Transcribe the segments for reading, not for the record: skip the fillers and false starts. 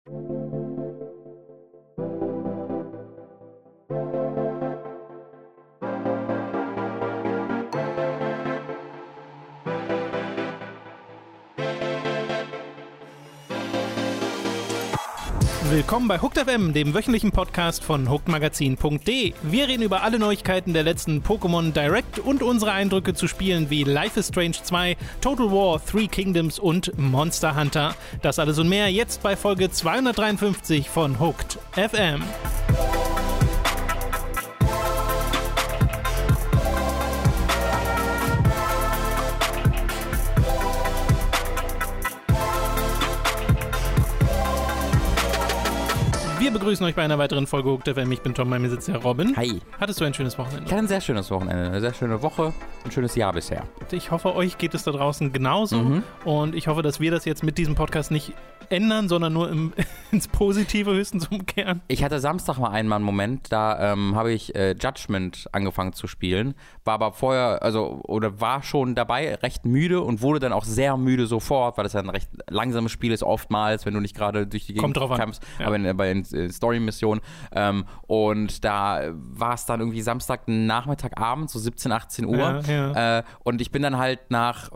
Willkommen bei Hooked FM, dem wöchentlichen Podcast von hookedmagazin.de. Wir reden über alle Neuigkeiten der letzten Pokémon Direct und unsere Eindrücke zu Spielen wie Life is Strange 2, Total War, Three Kingdoms und Monster Hunter. Das alles und mehr jetzt bei Folge 253 von Hooked FM. Wir begrüßen euch bei einer weiteren Folge Hooked FM. Ich bin Tom, bei mir sitzt der Robin. Hi. Hattest du ein schönes Wochenende? Ich hatte ein sehr schönes Wochenende, eine sehr schöne Woche, ein schönes Jahr bisher. Ich hoffe, euch geht es da draußen genauso. Und ich hoffe, dass wir das jetzt mit diesem Podcast nicht ändern, sondern nur ins Positive höchstens umkehren. Ich hatte Samstag mal einen Moment, da habe ich Judgment angefangen zu spielen, war aber vorher, war schon dabei, recht müde und wurde dann auch sehr müde sofort, weil das ja ein recht langsames Spiel ist oftmals, wenn du nicht gerade durch die Gegend kämpfst, ja. Aber bei den Story-Missionen. Und da war es dann irgendwie Samstagnachmittagabend, so 17, 18 Uhr. Ja. Und ich bin dann halt nach,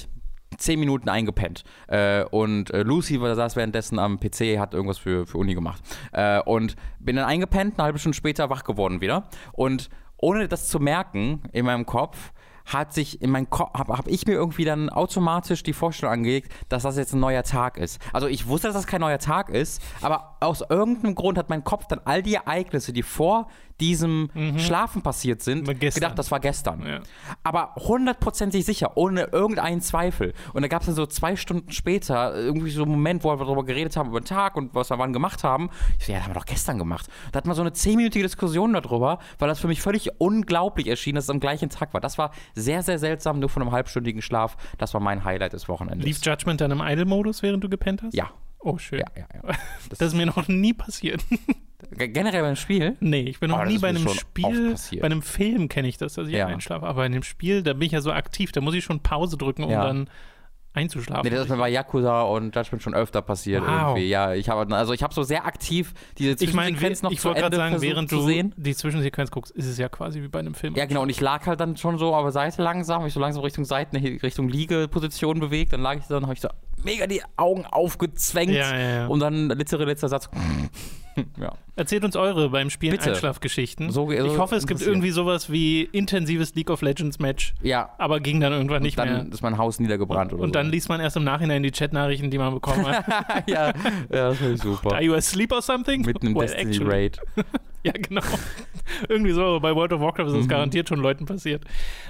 10 Minuten eingepennt. Und Lucy saß währenddessen am PC, hat irgendwas für Uni gemacht. Und bin dann eingepennt, eine halbe Stunde später wach geworden wieder. Und ohne das zu merken in meinem Kopf, habe ich mir irgendwie dann automatisch die Vorstellung angelegt, dass das jetzt ein neuer Tag ist. Also ich wusste, dass das kein neuer Tag ist, aber aus irgendeinem Grund hat mein Kopf dann all die Ereignisse, die vor diesem Schlafen passiert sind, gedacht, das war gestern. Ja. Aber 100% sicher, ohne irgendeinen Zweifel. Und da gab es dann so 2 Stunden später irgendwie so einen Moment, wo wir darüber geredet haben, über den Tag und was wir wann gemacht haben. Ich so, ja, das haben wir doch gestern gemacht. Da hatten wir so eine 10-minütige Diskussion darüber, weil das für mich völlig unglaublich erschien, dass es am gleichen Tag war. Das war sehr, sehr seltsam, nur von einem halbstündigen Schlaf. Das war mein Highlight des Wochenendes. Lief Judgment dann im Idle-Modus, während du gepennt hast? Ja. Oh, schön. Ja. Das ist mir noch nie passiert. Generell beim Spiel? Nee, ich bin noch nie bei einem Spiel, bei einem Film kenne ich das, dass ich einschlafe, aber bei einem Spiel, da bin ich ja so aktiv, da muss ich schon Pause drücken, um dann einzuschlafen. Nee, das ist mir bei Yakuza und Judgment schon öfter passiert irgendwie. Ja, ich habe so sehr aktiv diese Zwischensequenz noch zu Ende versucht während zu sehen. Die Zwischensequenz guckst, ist es ja quasi wie bei einem Film. Ja, genau, und ich lag halt dann schon so auf der Seite langsam, ich so langsam Richtung Seiten, Richtung Liegeposition bewegt, dann lag ich da, dann habe ich so mega die Augen aufgezwängt und dann letzter Satz. Ja. Erzählt uns eure beim Spielen Einschlafgeschichten. Ich hoffe, es gibt irgendwie sowas wie intensives League of Legends Match. Ja. Aber ging dann irgendwann nicht mehr. Dann ist mein Haus niedergebrannt oder so. Und dann liest man erst im Nachhinein die Chatnachrichten, die man bekommen hat. ja, das finde ich super. Are you asleep or something? Mit einem Destiny-Raid. Ja, genau. Irgendwie so. Bei World of Warcraft ist das garantiert schon Leuten passiert.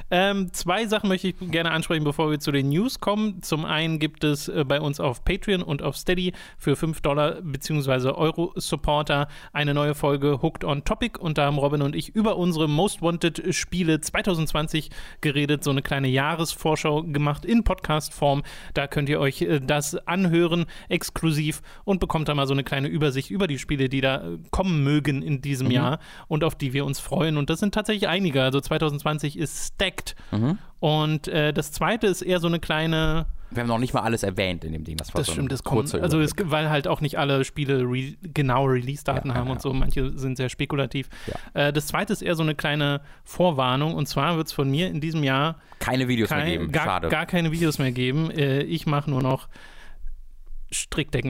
2 Sachen möchte ich gerne ansprechen, bevor wir zu den News kommen. Zum einen gibt es bei uns auf Patreon und auf Steady für $5 bzw. Euro Supporter eine neue Folge Hooked on Topic. Und da haben Robin und ich über unsere Most Wanted Spiele 2020 geredet. So eine kleine Jahresvorschau gemacht in Podcast-Form. Da könnt ihr euch das anhören, exklusiv, und bekommt da mal so eine kleine Übersicht über die Spiele, die da kommen mögen in diesem Jahr und auf die wir uns freuen. Und das sind tatsächlich einige. Also 2020 ist stacked. Und das zweite ist eher so eine kleine... Wir haben noch nicht mal alles erwähnt in dem Ding. Das stimmt, das kommt. Also weil halt auch nicht alle Spiele genaue Release-Daten haben und so. Manche sind sehr spekulativ. Ja. Das zweite ist eher so eine kleine Vorwarnung. Und zwar wird es von mir in diesem Jahr keine Videos mehr geben. Schade. Gar keine Videos mehr geben. Ich mache nur noch Strickdecken.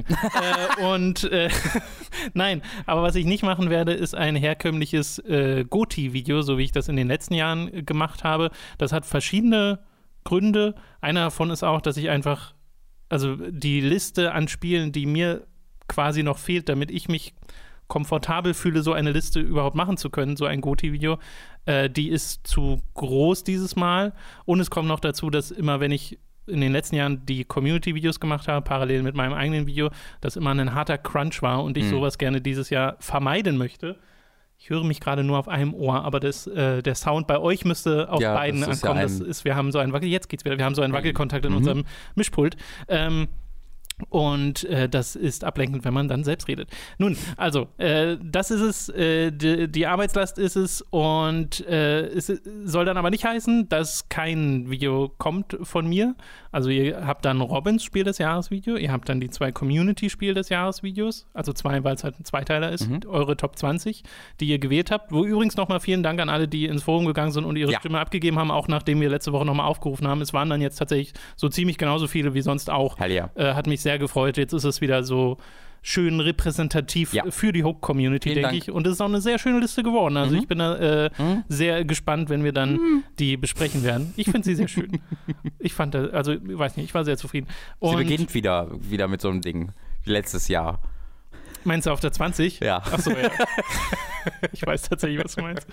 Nein, aber was ich nicht machen werde, ist ein herkömmliches GOTY-Video, so wie ich das in den letzten Jahren gemacht habe. Das hat verschiedene Gründe. Einer davon ist auch, dass ich einfach, die Liste an Spielen, die mir quasi noch fehlt, damit ich mich komfortabel fühle, so eine Liste überhaupt machen zu können, so ein GOTY-Video, die ist zu groß dieses Mal. Und es kommt noch dazu, dass immer, wenn ich in den letzten Jahren die Community-Videos gemacht habe, parallel mit meinem eigenen Video, das immer ein harter Crunch war und ich sowas gerne dieses Jahr vermeiden möchte. Ich höre mich gerade nur auf einem Ohr, aber der Sound bei euch müsste auf beiden ankommen. Wir haben so einen Wackelkontakt in unserem Mischpult. Und das ist ablenkend, wenn man dann selbst redet. Nun, also, das ist es, die Arbeitslast ist es und es soll dann aber nicht heißen, dass kein Video kommt von mir. Also ihr habt dann Robins Spiel des Jahres-Video, ihr habt dann die 2 Community-Spiel des Jahres-Videos, also 2, weil es halt ein Zweiteiler ist, eure Top 20, die ihr gewählt habt. Wo übrigens nochmal vielen Dank an alle, die ins Forum gegangen sind und ihre Stimme abgegeben haben, auch nachdem wir letzte Woche nochmal aufgerufen haben. Es waren dann jetzt tatsächlich so ziemlich genauso viele wie sonst auch. Hell yeah. Hat mich sehr gefreut. Jetzt ist es wieder so schön repräsentativ für die Hook-Community, denke ich. Und es ist auch eine sehr schöne Liste geworden. Also ich bin da sehr gespannt, wenn wir dann die besprechen werden. Ich finde sie sehr schön. Ich fand das, also ich weiß nicht, ich war sehr zufrieden. Und sie beginnt wieder mit so einem Ding, wie letztes Jahr. Meinst du auf der 20? Ja. Achso, ja. Ich weiß tatsächlich, was du meinst.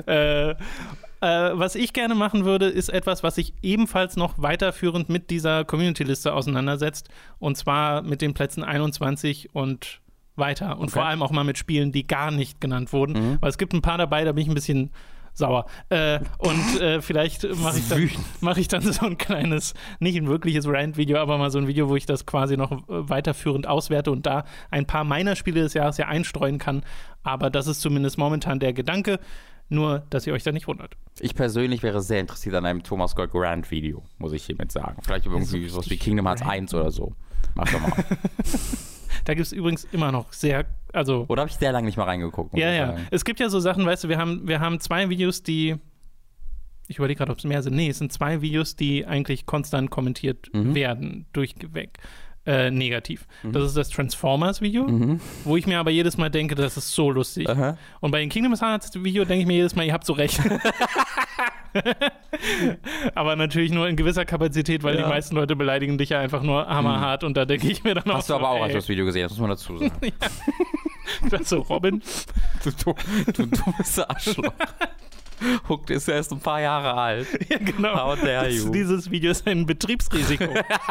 Was ich gerne machen würde, ist etwas, was sich ebenfalls noch weiterführend mit dieser Community-Liste auseinandersetzt. Und zwar mit den Plätzen 21 und weiter. Und vor allem auch mal mit Spielen, die gar nicht genannt wurden. Weil es gibt ein paar dabei, da bin ich ein bisschen sauer. Vielleicht mache ich dann so ein kleines, nicht ein wirkliches Rant-Video, aber mal so ein Video, wo ich das quasi noch weiterführend auswerte und da ein paar meiner Spiele des Jahres ja einstreuen kann. Aber das ist zumindest momentan der Gedanke. Nur, dass ihr euch da nicht wundert. Ich persönlich wäre sehr interessiert an einem Thomas Gold Rant-Video, muss ich hiermit sagen. Vielleicht irgendwie sowas wie Kingdom Hearts 1 oder so. Mach doch mal. Da gibt es übrigens immer noch Oder habe ich sehr lange nicht mal reingeguckt? Ja. Es gibt ja so Sachen, weißt du, wir haben 2 Videos, die. Ich überlege gerade, ob es mehr sind. Nee, es sind 2 Videos, die eigentlich konstant kommentiert werden, durchweg. Negativ. Das ist das Transformers-Video, wo ich mir aber jedes Mal denke, das ist so lustig. Und bei den Kingdom Hearts-Video denke ich mir jedes Mal, ihr habt so recht. Aber natürlich nur in gewisser Kapazität, weil die meisten Leute beleidigen dich ja einfach nur hammerhart und da denke ich mir dann auch. Hast du aber auch das Video gesehen, das muss man dazu sagen. Das ist so, Robin. Du dummes Arschloch. Hook ist erst ein paar Jahre alt. Ja, genau. How dare you. Dieses Video ist ein Betriebsrisiko.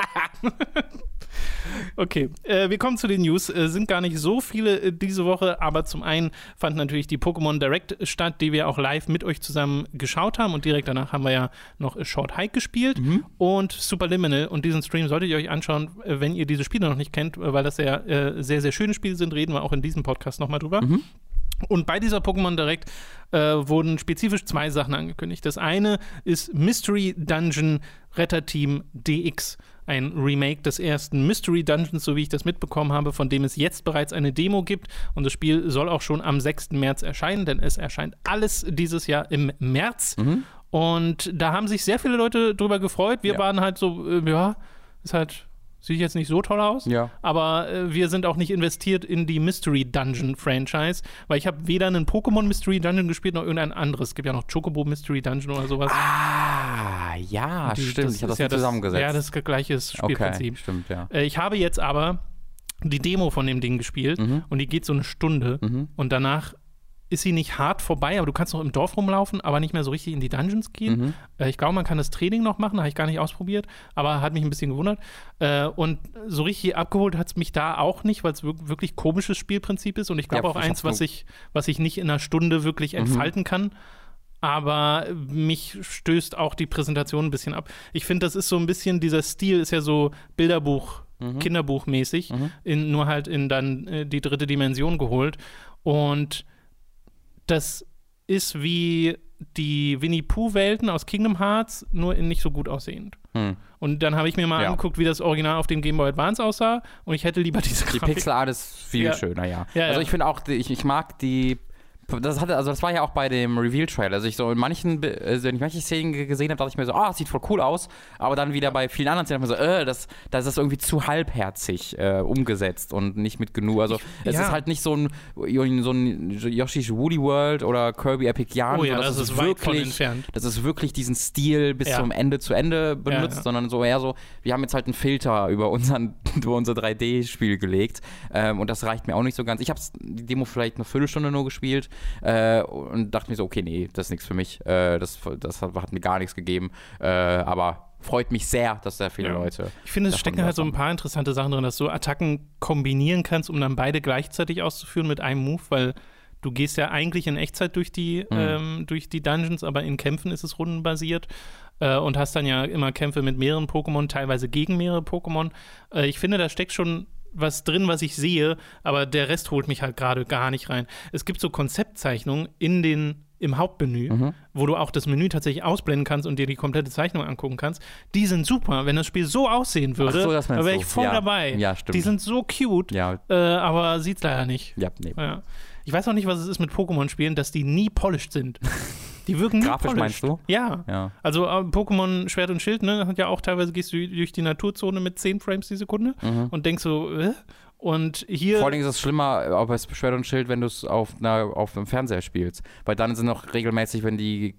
Okay, wir kommen zu den News. Sind gar nicht so viele diese Woche, aber zum einen fand natürlich die Pokémon Direct statt, die wir auch live mit euch zusammen geschaut haben und direkt danach haben wir ja noch Short Hike gespielt und Superliminal und diesen Stream solltet ihr euch anschauen, wenn ihr diese Spiele noch nicht kennt, weil das ja sehr, sehr schöne Spiele sind, reden wir auch in diesem Podcast nochmal drüber. Und bei dieser Pokémon Direct wurden spezifisch 2 Sachen angekündigt. Das eine ist Mystery Dungeon Retterteam DX. Ein Remake des ersten Mystery Dungeons, so wie ich das mitbekommen habe, von dem es jetzt bereits eine Demo gibt. Und das Spiel soll auch schon am 6. März erscheinen, denn es erscheint alles dieses Jahr im März. Und da haben sich sehr viele Leute drüber gefreut. Wir waren halt so, ist halt, sieht jetzt nicht so toll aus. Ja. Aber wir sind auch nicht investiert in die Mystery Dungeon Franchise, weil ich habe weder einen Pokémon Mystery Dungeon gespielt, noch irgendein anderes. Es gibt ja noch Chocobo Mystery Dungeon oder sowas. Ja, stimmt. Ich habe das ja zusammengesetzt. Ja, das ist das gleiche Spielprinzip. Okay, stimmt, ja. Ich habe jetzt aber die Demo von dem Ding gespielt und die geht so eine Stunde und danach ist sie nicht hart vorbei, aber du kannst noch im Dorf rumlaufen, aber nicht mehr so richtig in die Dungeons gehen. Ich glaube, man kann das Training noch machen, habe ich gar nicht ausprobiert, aber hat mich ein bisschen gewundert. Und so richtig abgeholt hat es mich da auch nicht, weil es wirklich komisches Spielprinzip ist und ich glaube auch eins, was ich nicht in einer Stunde wirklich entfalten kann. Aber mich stößt auch die Präsentation ein bisschen ab. Ich finde, das ist so ein bisschen, dieser Stil ist ja so Bilderbuch, Kinderbuchmäßig, nur halt in dann die 3. Dimension geholt. Und das ist wie die Winnie-Pooh-Welten aus Kingdom Hearts, nur in nicht so gut aussehend. Und dann habe ich mir mal angeguckt, wie das Original auf dem Game Boy Advance aussah und ich hätte lieber diese Grafik. Die Pixelart ist viel schöner, Also ich finde auch, ich mag die. Das war ja auch bei dem Reveal-Trailer. Also wenn ich manche Szenen gesehen habe, dachte ich mir so, das sieht voll cool aus. Aber dann wieder bei vielen anderen Szenen dachte ich mir so, das ist irgendwie zu halbherzig umgesetzt und nicht mit genug. Also es ist halt nicht so ein Yoshi's Woolly World oder Kirby Epic Yarn. Oh ja, das ist weit von entfernt. Das ist wirklich diesen Stil bis zum Ende zu Ende benutzt, sondern so eher so, wir haben jetzt halt einen Filter über unser 3D-Spiel gelegt. Und das reicht mir auch nicht so ganz. Ich habe die Demo vielleicht eine Viertelstunde nur gespielt. Und dachte mir so, okay, nee, das ist nichts für mich. Das hat mir gar nichts gegeben. Aber freut mich sehr, dass sehr viele Leute. Ich finde, es stecken halt so ein paar interessante Sachen drin, dass du Attacken kombinieren kannst, um dann beide gleichzeitig auszuführen mit einem Move, weil du gehst ja eigentlich in Echtzeit durch die Dungeons, aber in Kämpfen ist es rundenbasiert. Und hast dann ja immer Kämpfe mit mehreren Pokémon, teilweise gegen mehrere Pokémon. Ich finde, da steckt schon was drin, was ich sehe, aber der Rest holt mich halt gerade gar nicht rein. Es gibt so Konzeptzeichnungen im Hauptmenü, wo du auch das Menü tatsächlich ausblenden kannst und dir die komplette Zeichnung angucken kannst. Die sind super. Wenn das Spiel so aussehen würde, dann wäre ich voll dabei. Ja, stimmt. Die sind so cute, aber sieht's leider nicht. Ja, nee. Ja. Ich weiß auch nicht, was es ist mit Pokémon-Spielen, dass die nie polished sind. Die wirken nie grafisch, polished. meinst du? Ja. Also Pokémon Schwert und Schild, ne, hat ja auch teilweise, gehst du durch die Naturzone mit 10 Frames die Sekunde und denkst so, Und hier. Vor allem ist es schlimmer, ob es Schwert und Schild, wenn du es auf dem Fernseher spielst. Weil dann sind noch regelmäßig, wenn die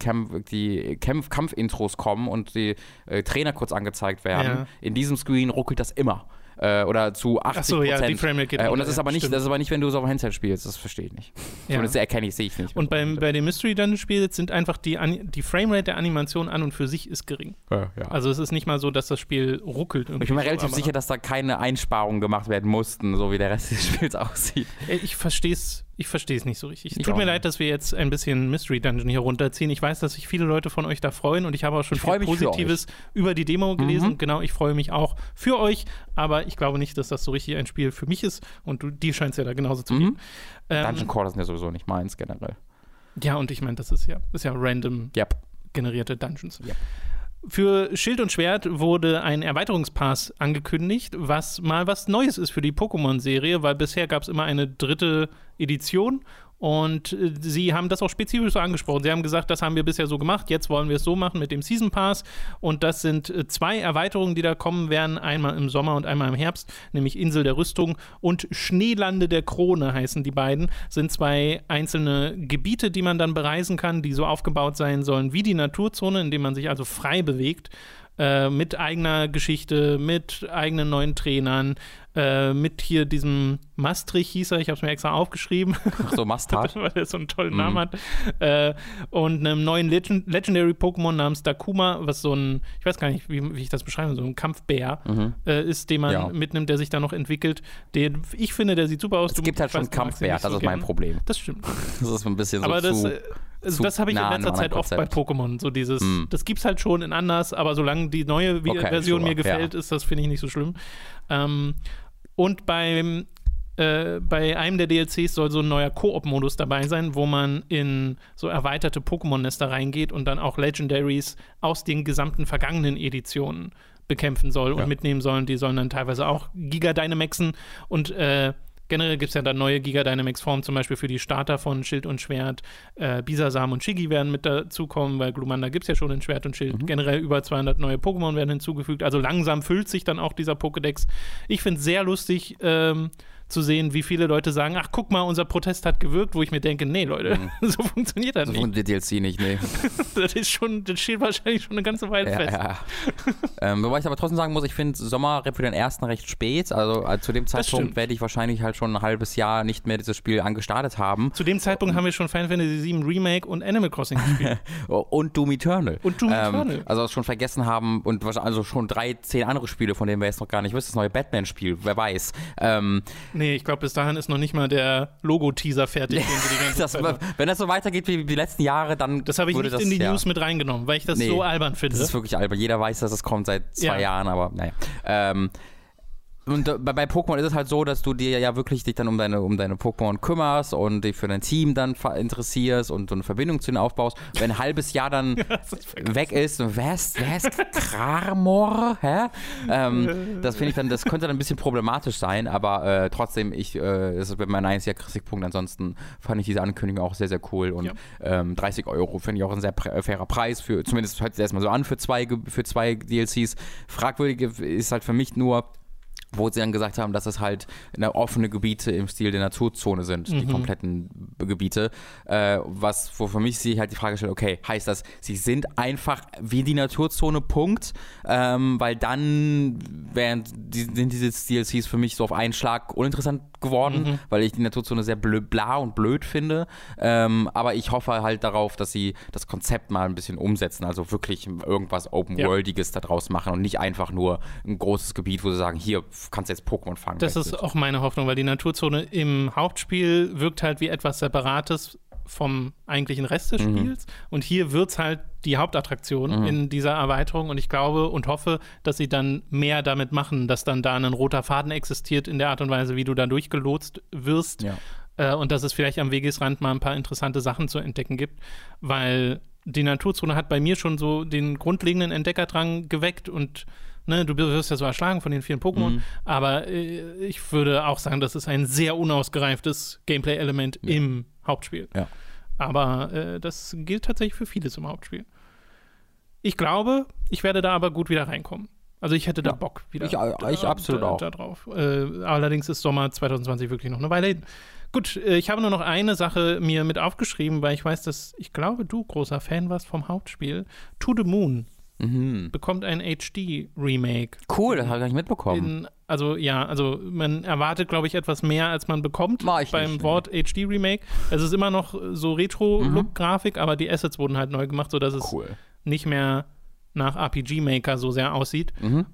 Kampfintros kommen und die Trainer kurz angezeigt werden, in diesem Screen ruckelt das immer. Oder zu 80%. Ach so, ja, die Framerate geht und das ist aber nicht, wenn du es auf dem Handheld spielst. Das verstehe ich nicht. Ja. Das erkenne ich, sehe ich nicht. Und bei dem Mystery Dungeon Spiel sind einfach die Framerate der Animation an und für sich ist gering. Ja. Also es ist nicht mal so, dass das Spiel ruckelt. Ich bin mir relativ sicher, dass da keine Einsparungen gemacht werden mussten, so wie der Rest des Spiels aussieht. Ich verstehe es nicht so richtig. Es tut mir leid, dass wir jetzt ein bisschen Mystery Dungeon hier runterziehen. Ich weiß, dass sich viele Leute von euch da freuen und ich habe auch schon viel Positives über die Demo gelesen. Genau, ich freue mich auch für euch, aber ich glaube nicht, dass das so richtig ein Spiel für mich ist und dir scheint es ja da genauso zu gehen. Dungeon Crawler sind ja sowieso nicht meins generell. Ja, und ich meine, das ist ja random generierte Dungeons. Yep. Für Schild und Schwert wurde ein Erweiterungspass angekündigt, was mal was Neues ist für die Pokémon-Serie, weil bisher gab es immer eine 3. Edition und sie haben das auch spezifisch so angesprochen. Sie haben gesagt, das haben wir bisher so gemacht, jetzt wollen wir es so machen mit dem Season Pass und das sind 2 Erweiterungen, die da kommen werden, einmal im Sommer und einmal im Herbst, nämlich Insel der Rüstung und Schneelande der Krone heißen die beiden, sind 2 einzelne Gebiete, die man dann bereisen kann, die so aufgebaut sein sollen wie die Naturzone, in dem man sich also frei bewegt, mit eigener Geschichte, mit eigenen neuen Trainern, mit hier diesem Maastricht hieß er, ich habe es mir extra aufgeschrieben. Ach so, Mustard. Weil er so einen tollen Namen hat. Und einem neuen Legendary-Pokémon namens Dakuma, was so ein, ich weiß gar nicht, wie ich das beschreibe, so ein Kampfbär ist, den man mitnimmt, der sich da noch entwickelt. Ich finde, der sieht super aus. Es gibt halt schon einen Kampfbär, das ist mein Problem. Das stimmt. Das ist ein bisschen so aber das habe ich in letzter Zeit oft bei Pokémon, so dieses, das gibt's halt schon in anders, aber solange die neue Version mir gefällt, ist das, finde ich, nicht so schlimm. Und bei einem der DLCs soll so ein neuer Koop-Modus dabei sein, wo man in so erweiterte Pokémon-Nester reingeht und dann auch Legendaries aus den gesamten vergangenen Editionen bekämpfen soll und mitnehmen sollen. Die sollen dann teilweise auch Giga-Dynamaxen und generell gibt es ja dann neue Giga-Dynamax-Formen, zum Beispiel für die Starter von Schild und Schwert. Bisasam und Shiggy werden mit dazukommen, weil Glumanda gibt es ja schon in Schwert und Schild. Generell über 200 neue Pokémon werden hinzugefügt. Also langsam füllt sich dann auch dieser Pokédex. Ich finde es sehr lustig, zu sehen, wie viele Leute sagen, ach, guck mal, unser Protest hat gewirkt, wo ich mir denke, nee, Leute, so funktioniert das nicht. So funktioniert DLC nicht, nee. das steht wahrscheinlich schon eine ganze Weile fest. Ja. Wobei ich aber trotzdem sagen muss, ich finde Sommer für den ersten recht spät, also zu dem Zeitpunkt werde ich wahrscheinlich halt schon ein halbes Jahr nicht mehr dieses Spiel angestartet haben. Zu dem Zeitpunkt haben wir schon Final Fantasy VII Remake und Animal Crossing gespielt. Und Doom Eternal. Also das schon vergessen haben und also schon 10 andere Spiele, von denen wir jetzt noch gar nicht wissen, das neue Batman-Spiel, wer weiß. Nee, ich glaube, bis dahin ist noch nicht mal der Logo-Teaser fertig. Den wir die ganze Zeit wenn das so weitergeht wie die letzten Jahre, dann das habe ich nicht in die News mit reingenommen, weil ich das so albern finde. Das ist wirklich albern. Jeder weiß, dass es kommt seit 2 Jahren, aber naja. Und bei Pokémon ist es halt so, dass du dir ja wirklich dich dann um deine Pokémon kümmerst und dich für dein Team dann interessierst und so eine Verbindung zu denen aufbaust. Wenn ein halbes Jahr dann weg ist, wer ist Kramor? Hä? Das finde ich dann, das könnte dann ein bisschen problematisch sein, aber trotzdem, das ist mein einziger Kritikpunkt. Ansonsten fand ich diese Ankündigung auch sehr, sehr cool und 30 € finde ich auch ein sehr fairer Preis für, zumindest hört es erstmal so an für zwei DLCs. Fragwürdig ist halt für mich nur, wo sie dann gesagt haben, dass es halt offene Gebiete im Stil der Naturzone sind, die kompletten Gebiete. Wo für mich sich halt die Frage stellt, okay, heißt das, sie sind einfach wie die Naturzone, Punkt? Weil dann sind diese DLCs für mich so auf einen Schlag uninteressant geworden, weil ich die Naturzone sehr bla und blöd finde. Aber ich hoffe halt darauf, dass sie das Konzept mal ein bisschen umsetzen, also wirklich irgendwas Open-Worldiges da draus machen und nicht einfach nur ein großes Gebiet, wo sie sagen, hier, kannst jetzt Pokémon fangen. Das ist auch meine Hoffnung, weil die Naturzone im Hauptspiel wirkt halt wie etwas Separates vom eigentlichen Rest des Spiels. Und hier wird es halt die Hauptattraktion in dieser Erweiterung. Und ich glaube und hoffe, dass sie dann mehr damit machen, dass dann da ein roter Faden existiert in der Art und Weise, wie du da durchgelotst wirst. Ja. Und dass es vielleicht am Wegesrand mal ein paar interessante Sachen zu entdecken gibt. Weil die Naturzone hat bei mir schon so den grundlegenden Entdeckerdrang geweckt und du wirst ja so erschlagen von den vielen Pokémon, aber ich würde auch sagen, das ist ein sehr unausgereiftes Gameplay-Element im Hauptspiel. Ja. Aber das gilt tatsächlich für vieles im Hauptspiel. Ich glaube, ich werde da aber gut wieder reinkommen. Also ich hätte da Bock wieder. Ich absolut auch. Da drauf. Allerdings ist Sommer 2020 wirklich noch eine Weile hin. Gut, ich habe nur noch eine Sache mir mit aufgeschrieben, weil ich weiß, dass ich glaube, du großer Fan warst vom Hauptspiel. To the Moon bekommt ein HD-Remake. Cool, das habe ich gar nicht mitbekommen. Also man erwartet, glaube ich, etwas mehr, als man bekommt beim Wort HD-Remake. Es ist immer noch so Retro-Look-Grafik, aber die Assets wurden halt neu gemacht, sodass es nicht mehr nach RPG Maker so sehr aussieht.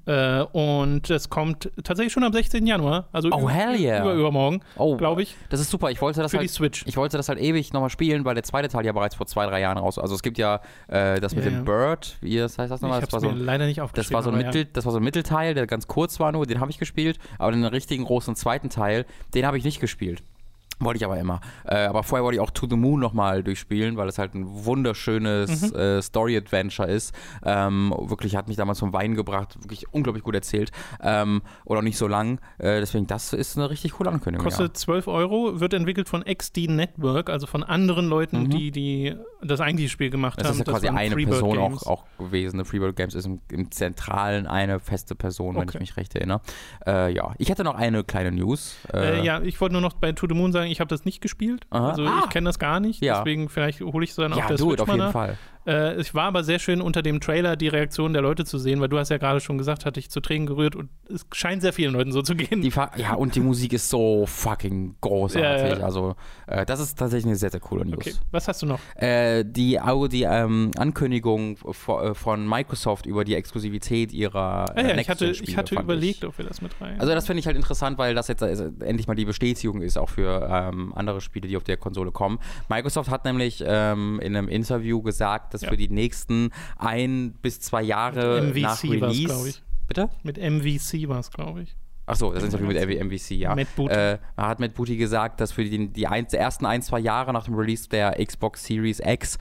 Und es kommt tatsächlich schon am 16. Januar, also übermorgen, glaube ich. Das ist super. Ich wollte das für die Switch. Ich wollte das halt ewig nochmal spielen, weil der zweite Teil ja bereits vor 2-3 Jahren raus. Also es gibt ja das mit dem Bird, wie das heißt das nochmal? Ich habe es mir leider nicht aufgeschrieben. Das war so ein Mittelteil, der ganz kurz war nur, den habe ich gespielt. Aber den richtigen großen zweiten Teil, den habe ich nicht gespielt. Wollte ich aber immer. Aber vorher wollte ich auch To the Moon nochmal durchspielen, weil es halt ein wunderschönes Story-Adventure ist. Wirklich hat mich damals zum Weinen gebracht, wirklich unglaublich gut erzählt. Und auch nicht so lang. Deswegen, das ist eine richtig coole Ankündigung. Kostet 12 €, wird entwickelt von XD Network, also von anderen Leuten, die das eigentliche Spiel gemacht haben. Das ist ja quasi eine Person auch gewesen. Freebird Games ist im Zentralen eine feste Person, wenn ich mich recht erinnere. Ich hätte noch eine kleine News. Ich wollte nur noch bei To the Moon sagen, ich habe das nicht gespielt. Also ich kenne das gar nicht. Deswegen vielleicht hole ich es dann auf der Switch mal nach. Auf jeden Fall. Es war aber sehr schön, unter dem Trailer die Reaktion der Leute zu sehen, weil du hast ja gerade schon gesagt, hat dich zu Tränen gerührt und es scheint sehr vielen Leuten so zu gehen. Und die Musik ist so fucking großartig. Ja. Also das ist tatsächlich eine sehr, sehr coole News. Okay. Was hast du noch? Die Ankündigung von Microsoft über die Exklusivität ihrer Next-Gen-Spiele. Ich hatte überlegt, ob wir das mit rein. Also das finde ich halt interessant, weil das jetzt endlich mal die Bestätigung ist, auch für andere Spiele, die auf der Konsole kommen. Microsoft hat nämlich in einem Interview gesagt, dass für die nächsten 1 bis 2 Jahre nach Release... glaube ich. Bitte? Mit MVC war es, glaube ich. Achso, das Interview mit MVC, ja. Matt Booty gesagt, dass für die ersten 1-2 Jahre nach dem Release der Xbox Series X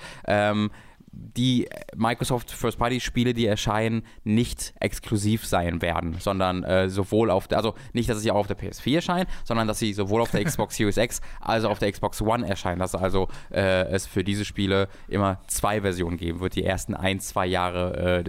die Microsoft First-Party-Spiele, die erscheinen, nicht exklusiv sein werden, sondern sowohl also nicht, dass sie auch auf der PS4 erscheinen, sondern dass sie sowohl auf der Xbox Series X als auch auf der Xbox One erscheinen, dass also es für diese Spiele immer 2 Versionen geben wird, die ersten 1-2 Jahre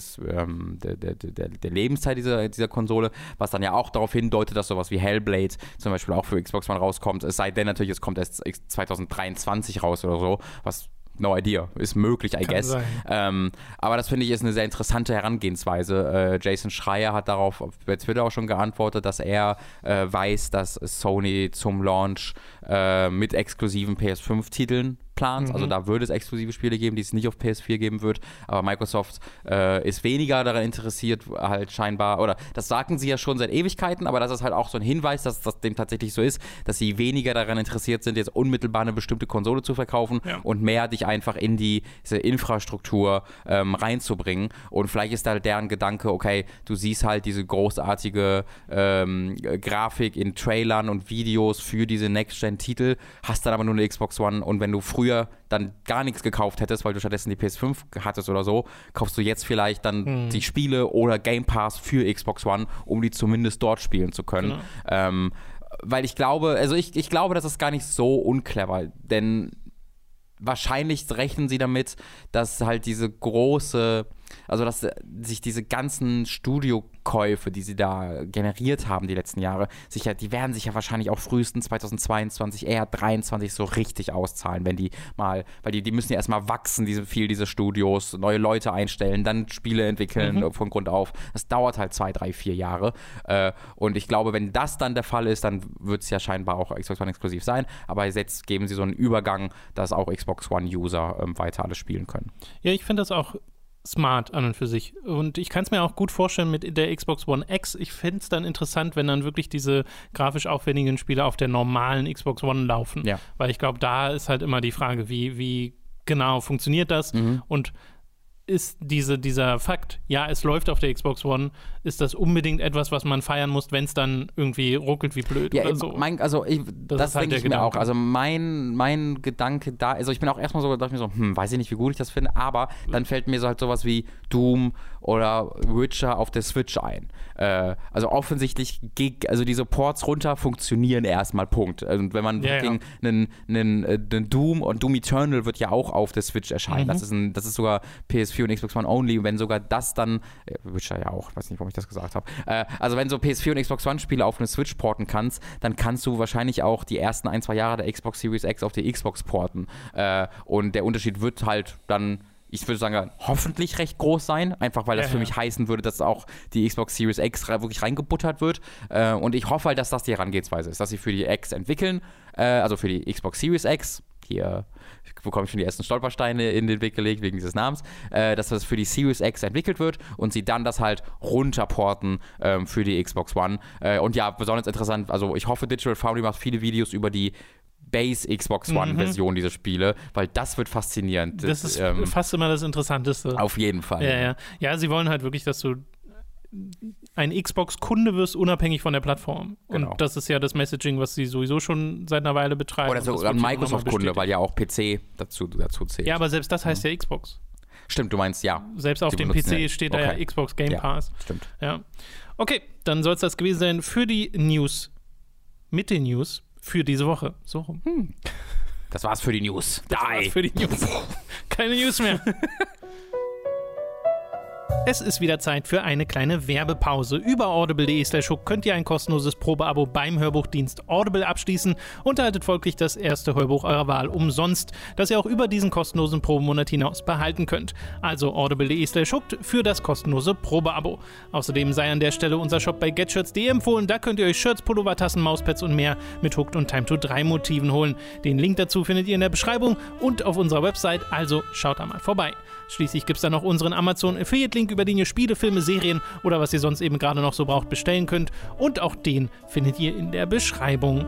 der Lebenszeit dieser Konsole, was dann ja auch darauf hindeutet, dass sowas wie Hellblade zum Beispiel auch für Xbox One rauskommt, es sei denn natürlich, es kommt erst 2023 raus oder so, was no idea. Ist möglich, I guess. Aber das finde ich ist eine sehr interessante Herangehensweise. Jason Schreier hat darauf bei Twitter auch schon geantwortet, dass er weiß, dass Sony zum Launch mit exklusiven PS5-Titeln plant. Also da würde es exklusive Spiele geben, die es nicht auf PS4 geben wird. Aber Microsoft ist weniger daran interessiert, halt scheinbar, oder das sagen sie ja schon seit Ewigkeiten, aber das ist halt auch so ein Hinweis, dass das dem tatsächlich so ist, dass sie weniger daran interessiert sind, jetzt unmittelbar eine bestimmte Konsole zu verkaufen und mehr dich einfach in diese Infrastruktur reinzubringen. Und vielleicht ist da deren Gedanke, okay, du siehst halt diese großartige Grafik in Trailern und Videos für diese Next-Gen-Titel, hast dann aber nur eine Xbox One und wenn du früher dann gar nichts gekauft hättest, weil du stattdessen die PS5 hattest oder so, kaufst du jetzt vielleicht dann die Spiele oder Game Pass für Xbox One, um die zumindest dort spielen zu können. Genau. Weil ich glaube, ich glaube, das ist gar nicht so unclever, denn wahrscheinlich rechnen sie damit, dass halt dass sich diese ganzen Studiokäufe, die sie da generiert haben die letzten Jahre, die werden sich ja wahrscheinlich auch frühestens 2022, eher 2023 so richtig auszahlen, wenn die mal, weil die müssen ja erstmal wachsen, diese Studios, neue Leute einstellen, dann Spiele entwickeln von Grund auf. Das dauert halt 2, 3, 4 Jahre. Und ich glaube, wenn das dann der Fall ist, dann wird es ja scheinbar auch Xbox One exklusiv sein. Aber jetzt geben sie so einen Übergang, dass auch Xbox One-User weiter alles spielen können. Ja, ich finde das auch smart an und für sich. Und ich kann es mir auch gut vorstellen mit der Xbox One X. Ich fände es dann interessant, wenn dann wirklich diese grafisch aufwendigen Spiele auf der normalen Xbox One laufen. Ja. Weil ich glaube, da ist halt immer die Frage, wie genau funktioniert das? Und ist dieser Fakt, ja, es läuft auf der Xbox One, ist das unbedingt etwas, was man feiern muss, wenn es dann irgendwie ruckelt wie blöd oder so? Das denke ich mir auch. Also mein Gedanke da, also ich bin auch erstmal so, dachte mir so, weiß ich nicht, wie gut ich das finde, aber dann fällt mir so halt sowas wie Doom oder Witcher auf der Switch ein. Also offensichtlich, also diese Ports runter funktionieren erstmal, Punkt. Und wenn man einen Doom und Doom Eternal wird ja auch auf der Switch erscheinen. Das ist sogar PS4 und Xbox One only. Und wenn sogar das dann, Witcher ja auch, weiß nicht, warum ich das gesagt habe. Also wenn so PS4 und Xbox One Spiele auf eine Switch porten kannst, dann kannst du wahrscheinlich auch die ersten 1-2 Jahre der Xbox Series X auf die Xbox porten. Und der Unterschied wird halt dann, ich würde sagen, hoffentlich recht groß sein, einfach weil das für mich heißen würde, dass auch die Xbox Series X wirklich reingebuttert wird. Und ich hoffe halt, dass das die Herangehensweise ist, dass sie für die X entwickeln, also für die Xbox Series X, hier bekomme ich schon die ersten Stolpersteine in den Weg gelegt wegen dieses Namens, dass das für die Series X entwickelt wird und sie dann das halt runterporten für die Xbox One. Und ja, besonders interessant, also ich hoffe, Digital Foundry macht viele Videos über die Base Xbox One-Version dieser Spiele, weil das wird faszinierend. Das ist fast immer das Interessanteste. Auf jeden Fall. Ja, sie wollen halt wirklich, dass du ein Xbox-Kunde wirst, unabhängig von der Plattform. Genau. Und das ist ja das Messaging, was sie sowieso schon seit einer Weile betreiben. Oder sogar ein Microsoft-Kunde, weil ja auch PC dazu zählt. Ja, aber selbst das heißt ja Xbox. Stimmt, du meinst ja. Selbst auf dem PC steht da ja Xbox Game Pass. Stimmt. Ja. Okay, dann soll es das gewesen sein für die News. Mit den News für diese Woche. So rum. Das war's für die News. Das war's für die News. Keine News mehr. Es ist wieder Zeit für eine kleine Werbepause. Über audible.de/hook könnt ihr ein kostenloses Probeabo beim Hörbuchdienst Audible abschließen und erhaltet folglich das erste Hörbuch eurer Wahl umsonst, das ihr auch über diesen kostenlosen Probemonat hinaus behalten könnt. Also audible.de/hook für das kostenlose Probeabo. Außerdem sei an der Stelle unser Shop bei getshirts.de empfohlen. Da könnt ihr euch Shirts, Pullover, Tassen, Mauspads und mehr mit Hooked und Time to 3 Motiven holen. Den Link dazu findet ihr in der Beschreibung und auf unserer Website, also schaut da mal vorbei. Schließlich gibt es da noch unseren Amazon-Affiliate-Link, über den ihr Spiele, Filme, Serien oder was ihr sonst eben gerade noch so braucht, bestellen könnt. Und auch den findet ihr in der Beschreibung.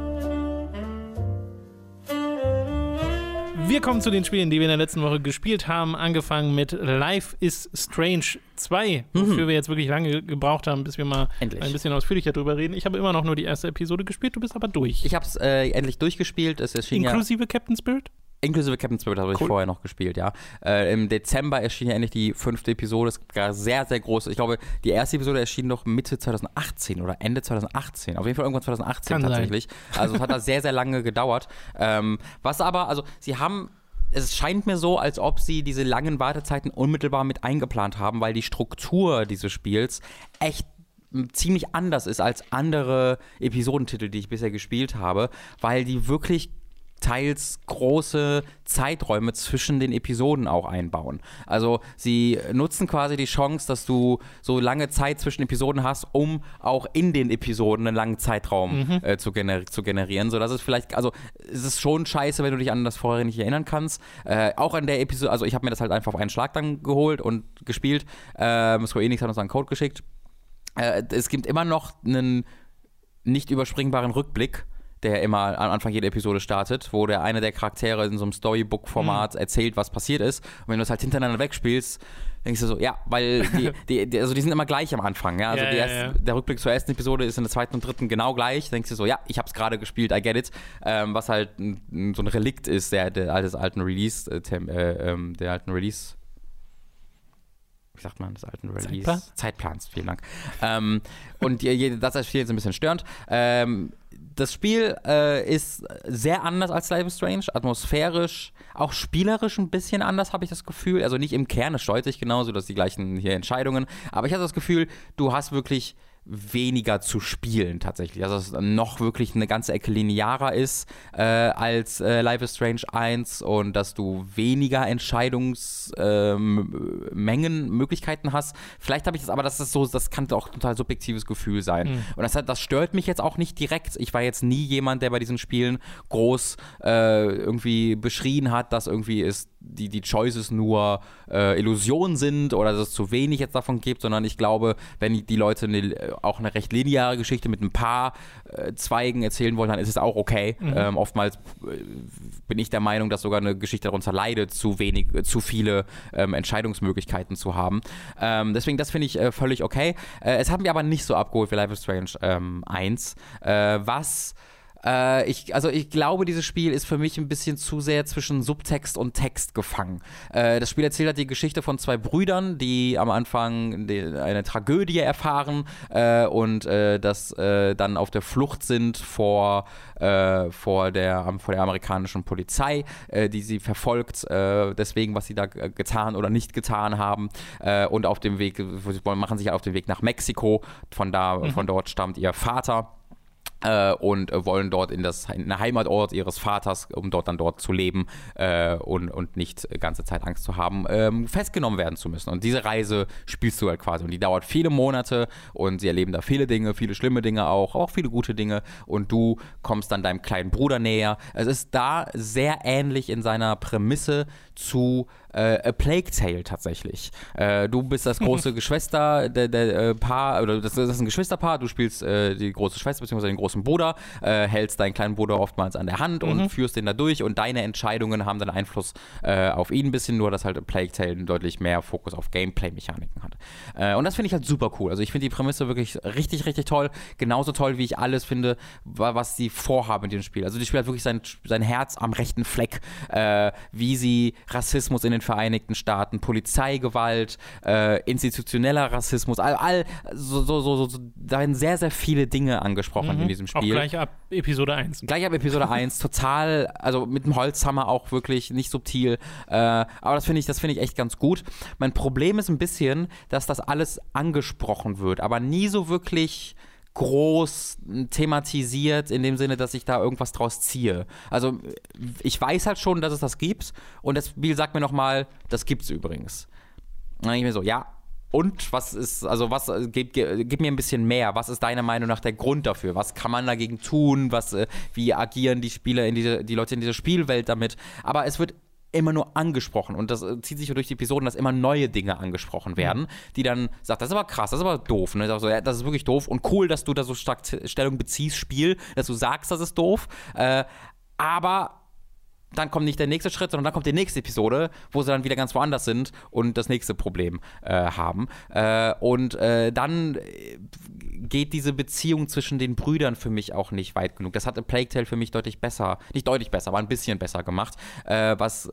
Wir kommen zu den Spielen, die wir in der letzten Woche gespielt haben. Angefangen mit Life is Strange 2, wofür wir jetzt wirklich lange gebraucht haben, bis wir mal ein bisschen ausführlicher drüber reden. Ich habe immer noch nur die erste Episode gespielt, du bist aber durch. Ich habe es endlich durchgespielt. Es erschien inklusive Captain Spirit? Inklusive Captain Spirit habe ich vorher noch gespielt, ja. Im Dezember erschien ja endlich die 5. Episode. Es war sehr, sehr groß. Ich glaube, die erste Episode erschien noch Mitte 2018 oder Ende 2018. Auf jeden Fall irgendwann 2018 Kann tatsächlich. Sein. Also es hat da sehr, sehr lange gedauert. Was aber, also es scheint mir so, als ob sie diese langen Wartezeiten unmittelbar mit eingeplant haben, weil die Struktur dieses Spiels echt ziemlich anders ist als andere Episodentitel, die ich bisher gespielt habe, weil die wirklich teils große Zeiträume zwischen den Episoden auch einbauen. Also sie nutzen quasi die Chance, dass du so lange Zeit zwischen Episoden hast, um auch in den Episoden einen langen Zeitraum zu generieren, sodass es vielleicht, also es ist schon scheiße, wenn du dich an das vorher nicht erinnern kannst. Auch an der Episode, also ich habe mir das halt einfach auf einen Schlag dann geholt und gespielt. Square Enix hat uns einen Code geschickt. Es gibt immer noch einen nicht überspringbaren Rückblick, der immer am Anfang jeder Episode startet, wo der eine der Charaktere in so einem Storybook-Format erzählt, was passiert ist. Und wenn du das halt hintereinander wegspielst, denkst du so, ja, weil die sind immer gleich am Anfang. Ja? Also der Rückblick zur ersten Episode ist in der zweiten und dritten genau gleich. Da denkst du so, ja, ich hab's gerade gespielt, I get it. Was halt so ein Relikt ist der alten Release, wie sagt man, des alten Release? Zeitplans, vielen Dank. Und das ist jetzt ein bisschen störend. Das Spiel ist sehr anders als Life is Strange, atmosphärisch, auch spielerisch ein bisschen anders, habe ich das Gefühl. Also nicht im Kern, es steuert sich genauso, dass die gleichen hier Entscheidungen. Aber ich habe das Gefühl, du hast wirklich weniger zu spielen tatsächlich. Also dass es noch wirklich eine ganze Ecke linearer ist als Life is Strange 1 und dass du weniger Möglichkeiten hast. Vielleicht habe ich das, aber das kann auch ein total subjektives Gefühl sein. Und das stört mich jetzt auch nicht direkt. Ich war jetzt nie jemand, der bei diesen Spielen groß irgendwie beschrien hat, dass irgendwie es die Choices nur Illusionen sind oder dass es zu wenig jetzt davon gibt, sondern ich glaube, wenn die Leute auch eine recht lineare Geschichte mit ein paar Zweigen erzählen wollen, dann ist es auch okay. Oftmals bin ich der Meinung, dass sogar eine Geschichte darunter leidet, zu viele Entscheidungsmöglichkeiten zu haben. Deswegen, das finde ich völlig okay. Es hat mich aber nicht so abgeholt wie Life is Strange 1, ich glaube, dieses Spiel ist für mich ein bisschen zu sehr zwischen Subtext und Text gefangen. Das Spiel erzählt halt die Geschichte von zwei Brüdern, die am Anfang eine Tragödie erfahren und dann auf der Flucht sind vor der amerikanischen Polizei, die sie verfolgt, deswegen, was sie da getan oder nicht getan haben. Und auf dem Weg, machen sich auf den Weg nach Mexiko. Von dort stammt ihr Vater. Und wollen dort in den Heimatort ihres Vaters, um dort zu leben und nicht ganze Zeit Angst zu haben, festgenommen werden zu müssen. Und diese Reise spielst du halt quasi. Und die dauert viele Monate und sie erleben da viele Dinge, viele schlimme Dinge auch viele gute Dinge. Und du kommst dann deinem kleinen Bruder näher. Es ist da sehr ähnlich in seiner Prämisse zu A Plague Tale tatsächlich. Du bist das große Geschwister, Paar, oder das ist ein Geschwisterpaar, du spielst die große Schwester bzw. den großen Bruder, hältst deinen kleinen Bruder oftmals an der Hand und führst den da durch und deine Entscheidungen haben dann Einfluss auf ihn ein bisschen, nur dass halt A Plague Tale deutlich mehr Fokus auf Gameplay-Mechaniken hat. Und das finde ich halt super cool. Also ich finde die Prämisse wirklich richtig, richtig toll. Genauso toll, wie ich alles finde, was sie vorhaben in diesem Spiel. Also die Spiel hat wirklich sein Herz am rechten Fleck, wie sie Rassismus in den Vereinigten Staaten, Polizeigewalt, institutioneller Rassismus, da werden sehr, sehr viele Dinge angesprochen in diesem Spiel. Auch gleich ab Episode 1. Gleich ab Episode 1, total, also mit dem Holzhammer auch wirklich nicht subtil, aber das finde ich echt ganz gut. Mein Problem ist ein bisschen, dass das alles angesprochen wird, aber nie so wirklich groß thematisiert, in dem Sinne, dass ich da irgendwas draus ziehe. Also ich weiß halt schon, dass es das gibt und das Spiel sagt mir nochmal, das gibt's übrigens. Und dann denke ich mir so, ja, und gib mir ein bisschen mehr. Was ist deiner Meinung nach der Grund dafür? Was kann man dagegen tun? Wie agieren die Spieler die Leute in dieser Spielwelt damit? Aber es wird immer nur angesprochen und das zieht sich durch die Episoden, dass immer neue Dinge angesprochen werden, die dann sagt, das ist aber krass, das ist aber doof, ne? Also, ja, das ist wirklich doof und cool, dass du da so stark Stellung beziehst, Spiel, dass du sagst, das ist doof, aber dann kommt nicht der nächste Schritt, sondern dann kommt die nächste Episode, wo sie dann wieder ganz woanders sind und das nächste Problem haben. Dann geht diese Beziehung zwischen den Brüdern für mich auch nicht weit genug. Das hat A Plague Tale für mich nicht deutlich besser, aber ein bisschen besser gemacht. Was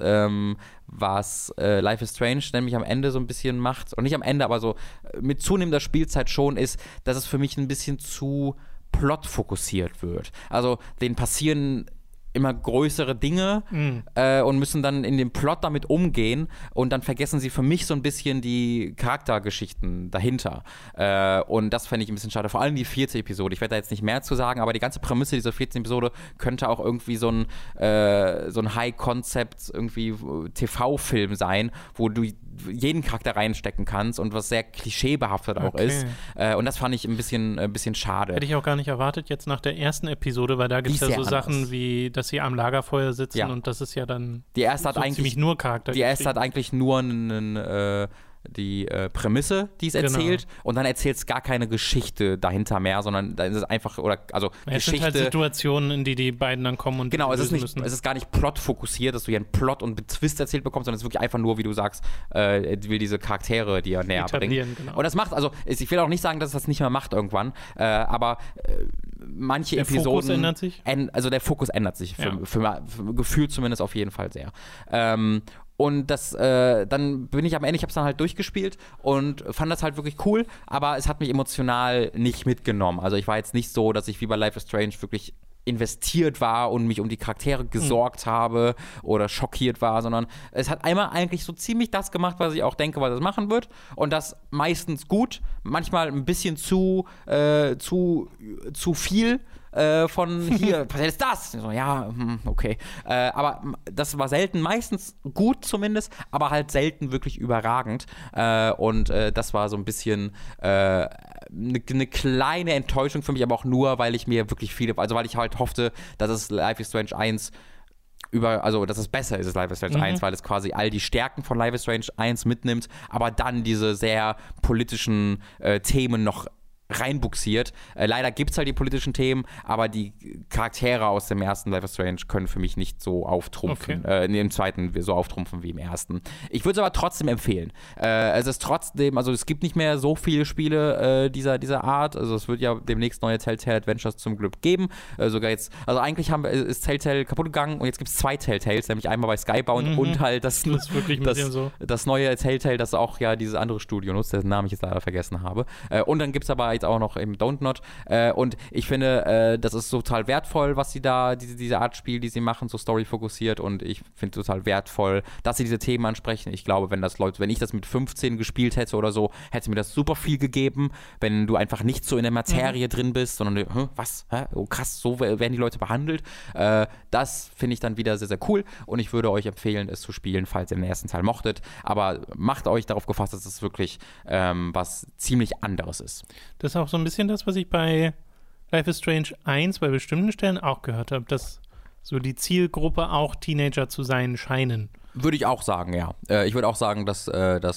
Life is Strange nämlich am Ende so ein bisschen macht, und nicht am Ende, aber so mit zunehmender Spielzeit schon, ist, dass es für mich ein bisschen zu plotfokussiert wird. Also denen passieren immer größere Dinge und müssen dann in dem Plot damit umgehen und dann vergessen sie für mich so ein bisschen die Charaktergeschichten dahinter. Und das fände ich ein bisschen schade. Vor allem die 4. Episode. Ich werde da jetzt nicht mehr zu sagen, aber die ganze Prämisse dieser 14. Episode könnte auch irgendwie so ein High-Concept irgendwie TV-Film sein, wo du jeden Charakter reinstecken kannst und was sehr klischeebehaftet auch ist. Und das fand ich ein bisschen schade. Hätte ich auch gar nicht erwartet jetzt nach der ersten Episode, weil da gibt es ja so Sachen wie, dass sie am Lagerfeuer sitzen und das ist ja dann die erste hat eigentlich ziemlich nur Charakter. Die erste hat eigentlich nur die Prämisse, die es erzählt, und dann erzählt es gar keine Geschichte dahinter mehr, sondern da ist es einfach, Geschichte. Es sind halt Situationen, in die beiden dann kommen und lösen müssen. Es ist gar nicht plotfokussiert, dass du hier einen Plot und Twist erzählt bekommst, sondern es ist wirklich einfach nur, wie du sagst, will diese Charaktere dir näher bringen. Genau. Und das macht, also ich will auch nicht sagen, dass es das nicht mehr macht irgendwann, aber manche Episoden. Der Fokus ändert sich? Also der Fokus ändert sich, für Gefühl zumindest auf jeden Fall sehr. Und dann bin ich am Ende, ich habe es dann halt durchgespielt und fand das halt wirklich cool, aber es hat mich emotional nicht mitgenommen. Also ich war jetzt nicht so, dass ich wie bei Life is Strange wirklich investiert war und mich um die Charaktere gesorgt habe oder schockiert war, sondern es hat einmal eigentlich so ziemlich das gemacht, was ich auch denke, was es machen wird, und das meistens gut, manchmal ein bisschen zu viel von hier, was ist das? So, ja, okay. Aber das war selten, meistens gut zumindest, aber halt selten wirklich überragend. Und das war so ein bisschen eine kleine Enttäuschung für mich, aber auch nur, weil ich mir wirklich weil ich halt hoffte, dass es Life is Strange 1 dass es besser ist als Life is Strange 1, weil es quasi all die Stärken von Life is Strange 1 mitnimmt, aber dann diese sehr politischen Themen noch reinbuxiert. Leider gibt es halt die politischen Themen, aber die Charaktere aus dem ersten Life is Strange können für mich nicht so auftrumpfen, im zweiten so auftrumpfen wie im ersten. Ich würde es aber trotzdem empfehlen. Es ist trotzdem, also es gibt nicht mehr so viele Spiele dieser Art, also es wird ja demnächst neue Telltale Adventures zum Glück geben, sogar jetzt, also eigentlich ist Telltale kaputt gegangen und jetzt gibt es 2 Telltales, nämlich einmal bei Skybound und halt das neue Telltale, das auch ja dieses andere Studio nutzt, dessen Namen ich jetzt leider vergessen habe. Und dann gibt es aber jetzt auch noch im Don't Not. Und ich finde, das ist total wertvoll, was sie da, diese Art Spiel, die sie machen, so story-fokussiert. Und ich finde total wertvoll, dass sie diese Themen ansprechen. Ich glaube, wenn ich das mit 15 gespielt hätte oder so, hätte mir das super viel gegeben, wenn du einfach nicht so in der Materie drin bist, sondern, was? Oh, krass, so werden die Leute behandelt. Das finde ich dann wieder sehr, sehr cool. Und ich würde euch empfehlen, es zu spielen, falls ihr den ersten Teil mochtet. Aber macht euch darauf gefasst, dass es wirklich was ziemlich anderes ist. Das ist auch so ein bisschen das, was ich bei Life is Strange 1 bei bestimmten Stellen auch gehört habe, dass so die Zielgruppe auch Teenager zu sein scheinen. Würde ich auch sagen, ja. Ich würde auch sagen, dass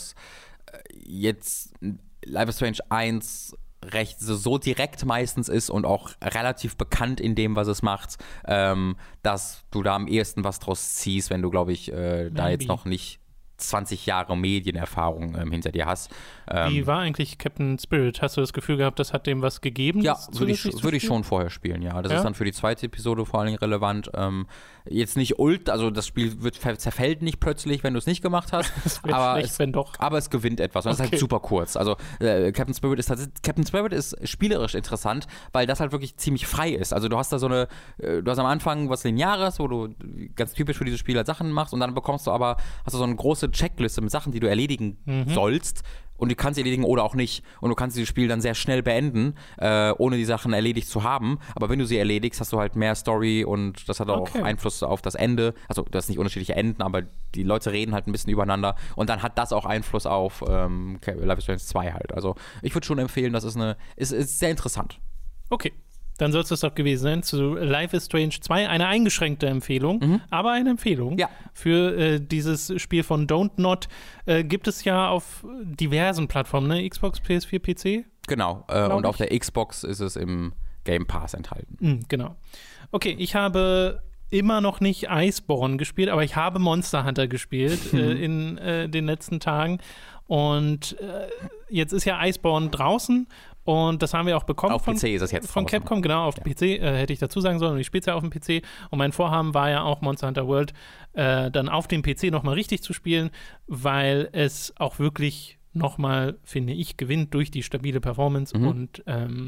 jetzt Life is Strange 1 recht so direkt meistens ist und auch relativ bekannt in dem, was es macht, dass du da am ehesten was draus ziehst, wenn du, glaube ich, da jetzt noch nicht 20 Jahre Medienerfahrung hinter dir hast. Wie war eigentlich Captain Spirit? Hast du das Gefühl gehabt, das hat dem was gegeben? Ja, würde ich schon vorher spielen, ja. Das ist dann für die zweite Episode vor allen Dingen relevant. Jetzt nicht also das Spiel zerfällt nicht plötzlich, wenn du es nicht gemacht hast. aber es gewinnt etwas. Und das ist halt super kurz. Also Captain Spirit ist spielerisch interessant, weil das halt wirklich ziemlich frei ist. Also du hast da du hast am Anfang was Lineares, wo du ganz typisch für dieses Spiel halt Sachen machst und dann hast du so eine große Checkliste mit Sachen, die du erledigen sollst. Und du kannst sie erledigen oder auch nicht. Und du kannst dieses Spiel dann sehr schnell beenden, ohne die Sachen erledigt zu haben. Aber wenn du sie erledigst, hast du halt mehr Story und das hat auch Einfluss auf das Ende. Also du hast nicht unterschiedliche Enden, aber die Leute reden halt ein bisschen übereinander. Und dann hat das auch Einfluss auf Life is Strange 2 halt. Also ich würde schon empfehlen, das ist sehr interessant. Okay. Dann soll es das doch gewesen sein zu Life is Strange 2. Eine eingeschränkte Empfehlung, aber eine Empfehlung für dieses Spiel von Don't Not. Gibt es ja auf diversen Plattformen, ne? Xbox, PS4, PC? Genau, und auf der Xbox ist es im Game Pass enthalten. Genau. Okay, ich habe immer noch nicht Iceborne gespielt, aber ich habe Monster Hunter gespielt in den letzten Tagen. Und jetzt ist ja Iceborne draußen. Und das haben wir auch bekommen. Auf PC ist es jetzt von Capcom, genau, auf PC, hätte ich dazu sagen sollen. Und ich spiele es ja auf dem PC. Und mein Vorhaben war ja auch, Monster Hunter World dann auf dem PC nochmal richtig zu spielen, weil es auch wirklich nochmal, finde ich, gewinnt durch die stabile Performance und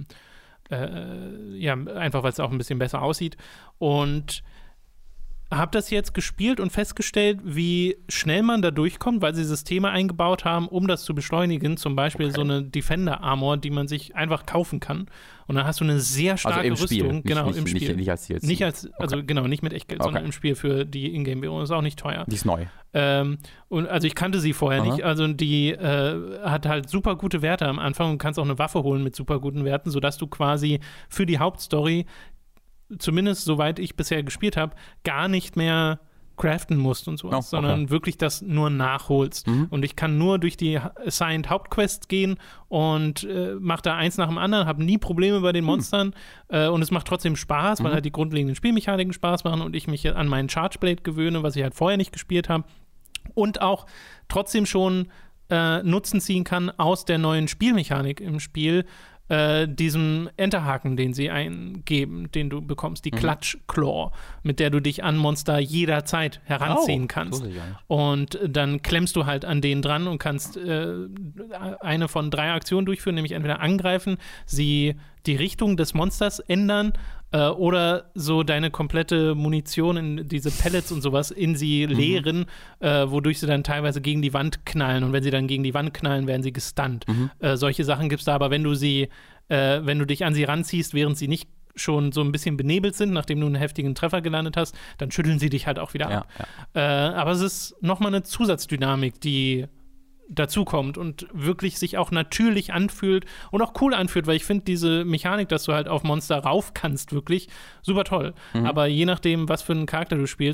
einfach, weil es auch ein bisschen besser aussieht. Und habe das jetzt gespielt und festgestellt, wie schnell man da durchkommt, weil sie Systeme eingebaut haben, um das zu beschleunigen. Zum Beispiel so eine Defender-Armor, die man sich einfach kaufen kann. Und dann hast du eine sehr starke Rüstung. Spiel. Genau, im Spiel. Nicht als DLC. Nicht mit Echtgeld, sondern im Spiel für die Ingame-Währung. Ist auch nicht teuer. Die ist neu. Und also ich kannte sie vorher nicht. Also die hat halt super gute Werte am Anfang und kannst auch eine Waffe holen mit super guten Werten, sodass du quasi für die Hauptstory, zumindest soweit ich bisher gespielt habe, gar nicht mehr craften musst und sowas, sondern wirklich das nur nachholst. Und ich kann nur durch die Assigned Hauptquests gehen und mache da eins nach dem anderen, habe nie Probleme bei den Monstern und es macht trotzdem Spaß, weil halt die grundlegenden Spielmechaniken Spaß machen und ich mich an meinen Chargeblade gewöhne, was ich halt vorher nicht gespielt habe und auch trotzdem schon Nutzen ziehen kann aus der neuen Spielmechanik im Spiel, diesem Enterhaken, den sie eingeben, den du bekommst, die Clutch-Claw, mit der du dich an Monster jederzeit heranziehen kannst. Und dann klemmst du halt an denen dran und kannst eine von 3 Aktionen durchführen, nämlich entweder angreifen, sie die Richtung des Monsters ändern oder so deine komplette Munition in diese Pellets und sowas in sie leeren, wodurch sie dann teilweise gegen die Wand knallen. Und wenn sie dann gegen die Wand knallen, werden sie gestunt. Solche Sachen gibt es da, aber wenn du dich an sie ranziehst, während sie nicht schon so ein bisschen benebelt sind, nachdem du einen heftigen Treffer gelandet hast, dann schütteln sie dich halt auch wieder ab. Aber es ist nochmal eine Zusatzdynamik, die dazukommt und wirklich sich auch natürlich anfühlt und auch cool anfühlt, weil ich finde diese Mechanik, dass du halt auf Monster rauf kannst, wirklich super toll. Aber je nachdem, was für einen Charakter du spielst,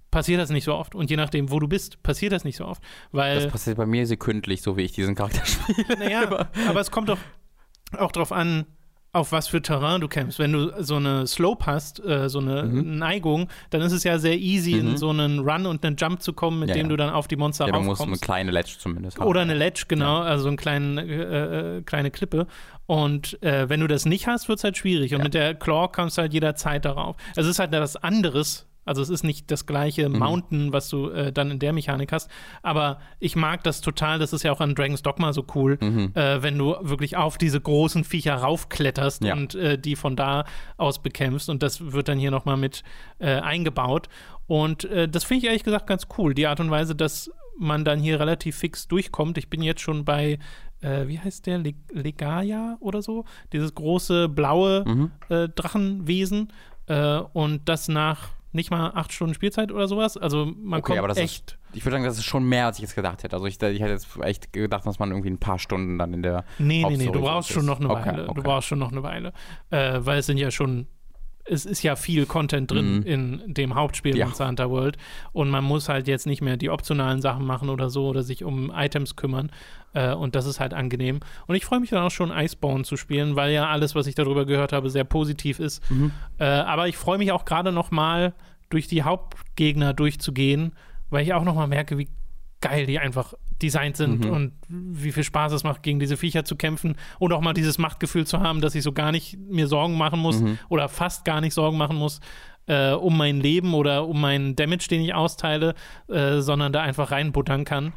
passiert das nicht so oft. Und je nachdem, wo du bist, passiert das nicht so oft. Weil, das passiert bei mir sekündlich, so wie ich diesen Charakter spiele. Naja, aber es kommt doch auch drauf an, auf was für Terrain du kämpfst. Wenn du so eine Slope hast, so eine Neigung, dann ist es ja sehr easy, in so einen Run und einen Jump zu kommen, mit dem du dann auf die Monster raufkommst. Ja, du musst eine kleine Ledge zumindest haben. Oder eine Ledge, genau, also so eine kleine Klippe. Und wenn du das nicht hast, wird es halt schwierig. Und mit der Claw kommst du halt jederzeit darauf. Also es ist halt was anderes. Also es ist nicht das gleiche Mountain, was du dann in der Mechanik hast. Aber ich mag das total, das ist ja auch an Dragon's Dogma so cool, wenn du wirklich auf diese großen Viecher raufkletterst und die von da aus bekämpfst. Und das wird dann hier nochmal mit eingebaut. Und das finde ich ehrlich gesagt ganz cool. Die Art und Weise, dass man dann hier relativ fix durchkommt. Ich bin jetzt schon bei wie heißt der? Legaia oder so? Dieses große blaue Drachenwesen. Und das nach nicht mal 8 Stunden Spielzeit oder sowas. Also man kommt aber das echt. Ich würde sagen, das ist schon mehr, als ich jetzt gedacht hätte. Also ich hätte jetzt echt gedacht, dass man irgendwie ein paar Stunden dann in der Nee, du brauchst schon noch eine Weile. Okay. Du brauchst schon noch eine Weile. Weil es ist ja viel Content drin in dem Hauptspiel Monster Hunter World. Und man muss halt jetzt nicht mehr die optionalen Sachen machen oder so oder sich um Items kümmern. Und das ist halt angenehm. Und ich freue mich dann auch schon, Iceborne zu spielen, weil ja alles, was ich darüber gehört habe, sehr positiv ist. Aber ich freue mich auch gerade noch mal, durch die Hauptgegner durchzugehen, weil ich auch noch mal merke, wie geil die einfach designt sind und wie viel Spaß es macht, gegen diese Viecher zu kämpfen und auch mal dieses Machtgefühl zu haben, dass ich so gar nicht mir Sorgen machen muss oder fast gar nicht Sorgen machen muss um mein Leben oder um meinen Damage, den ich austeile, sondern da einfach reinbuttern kann.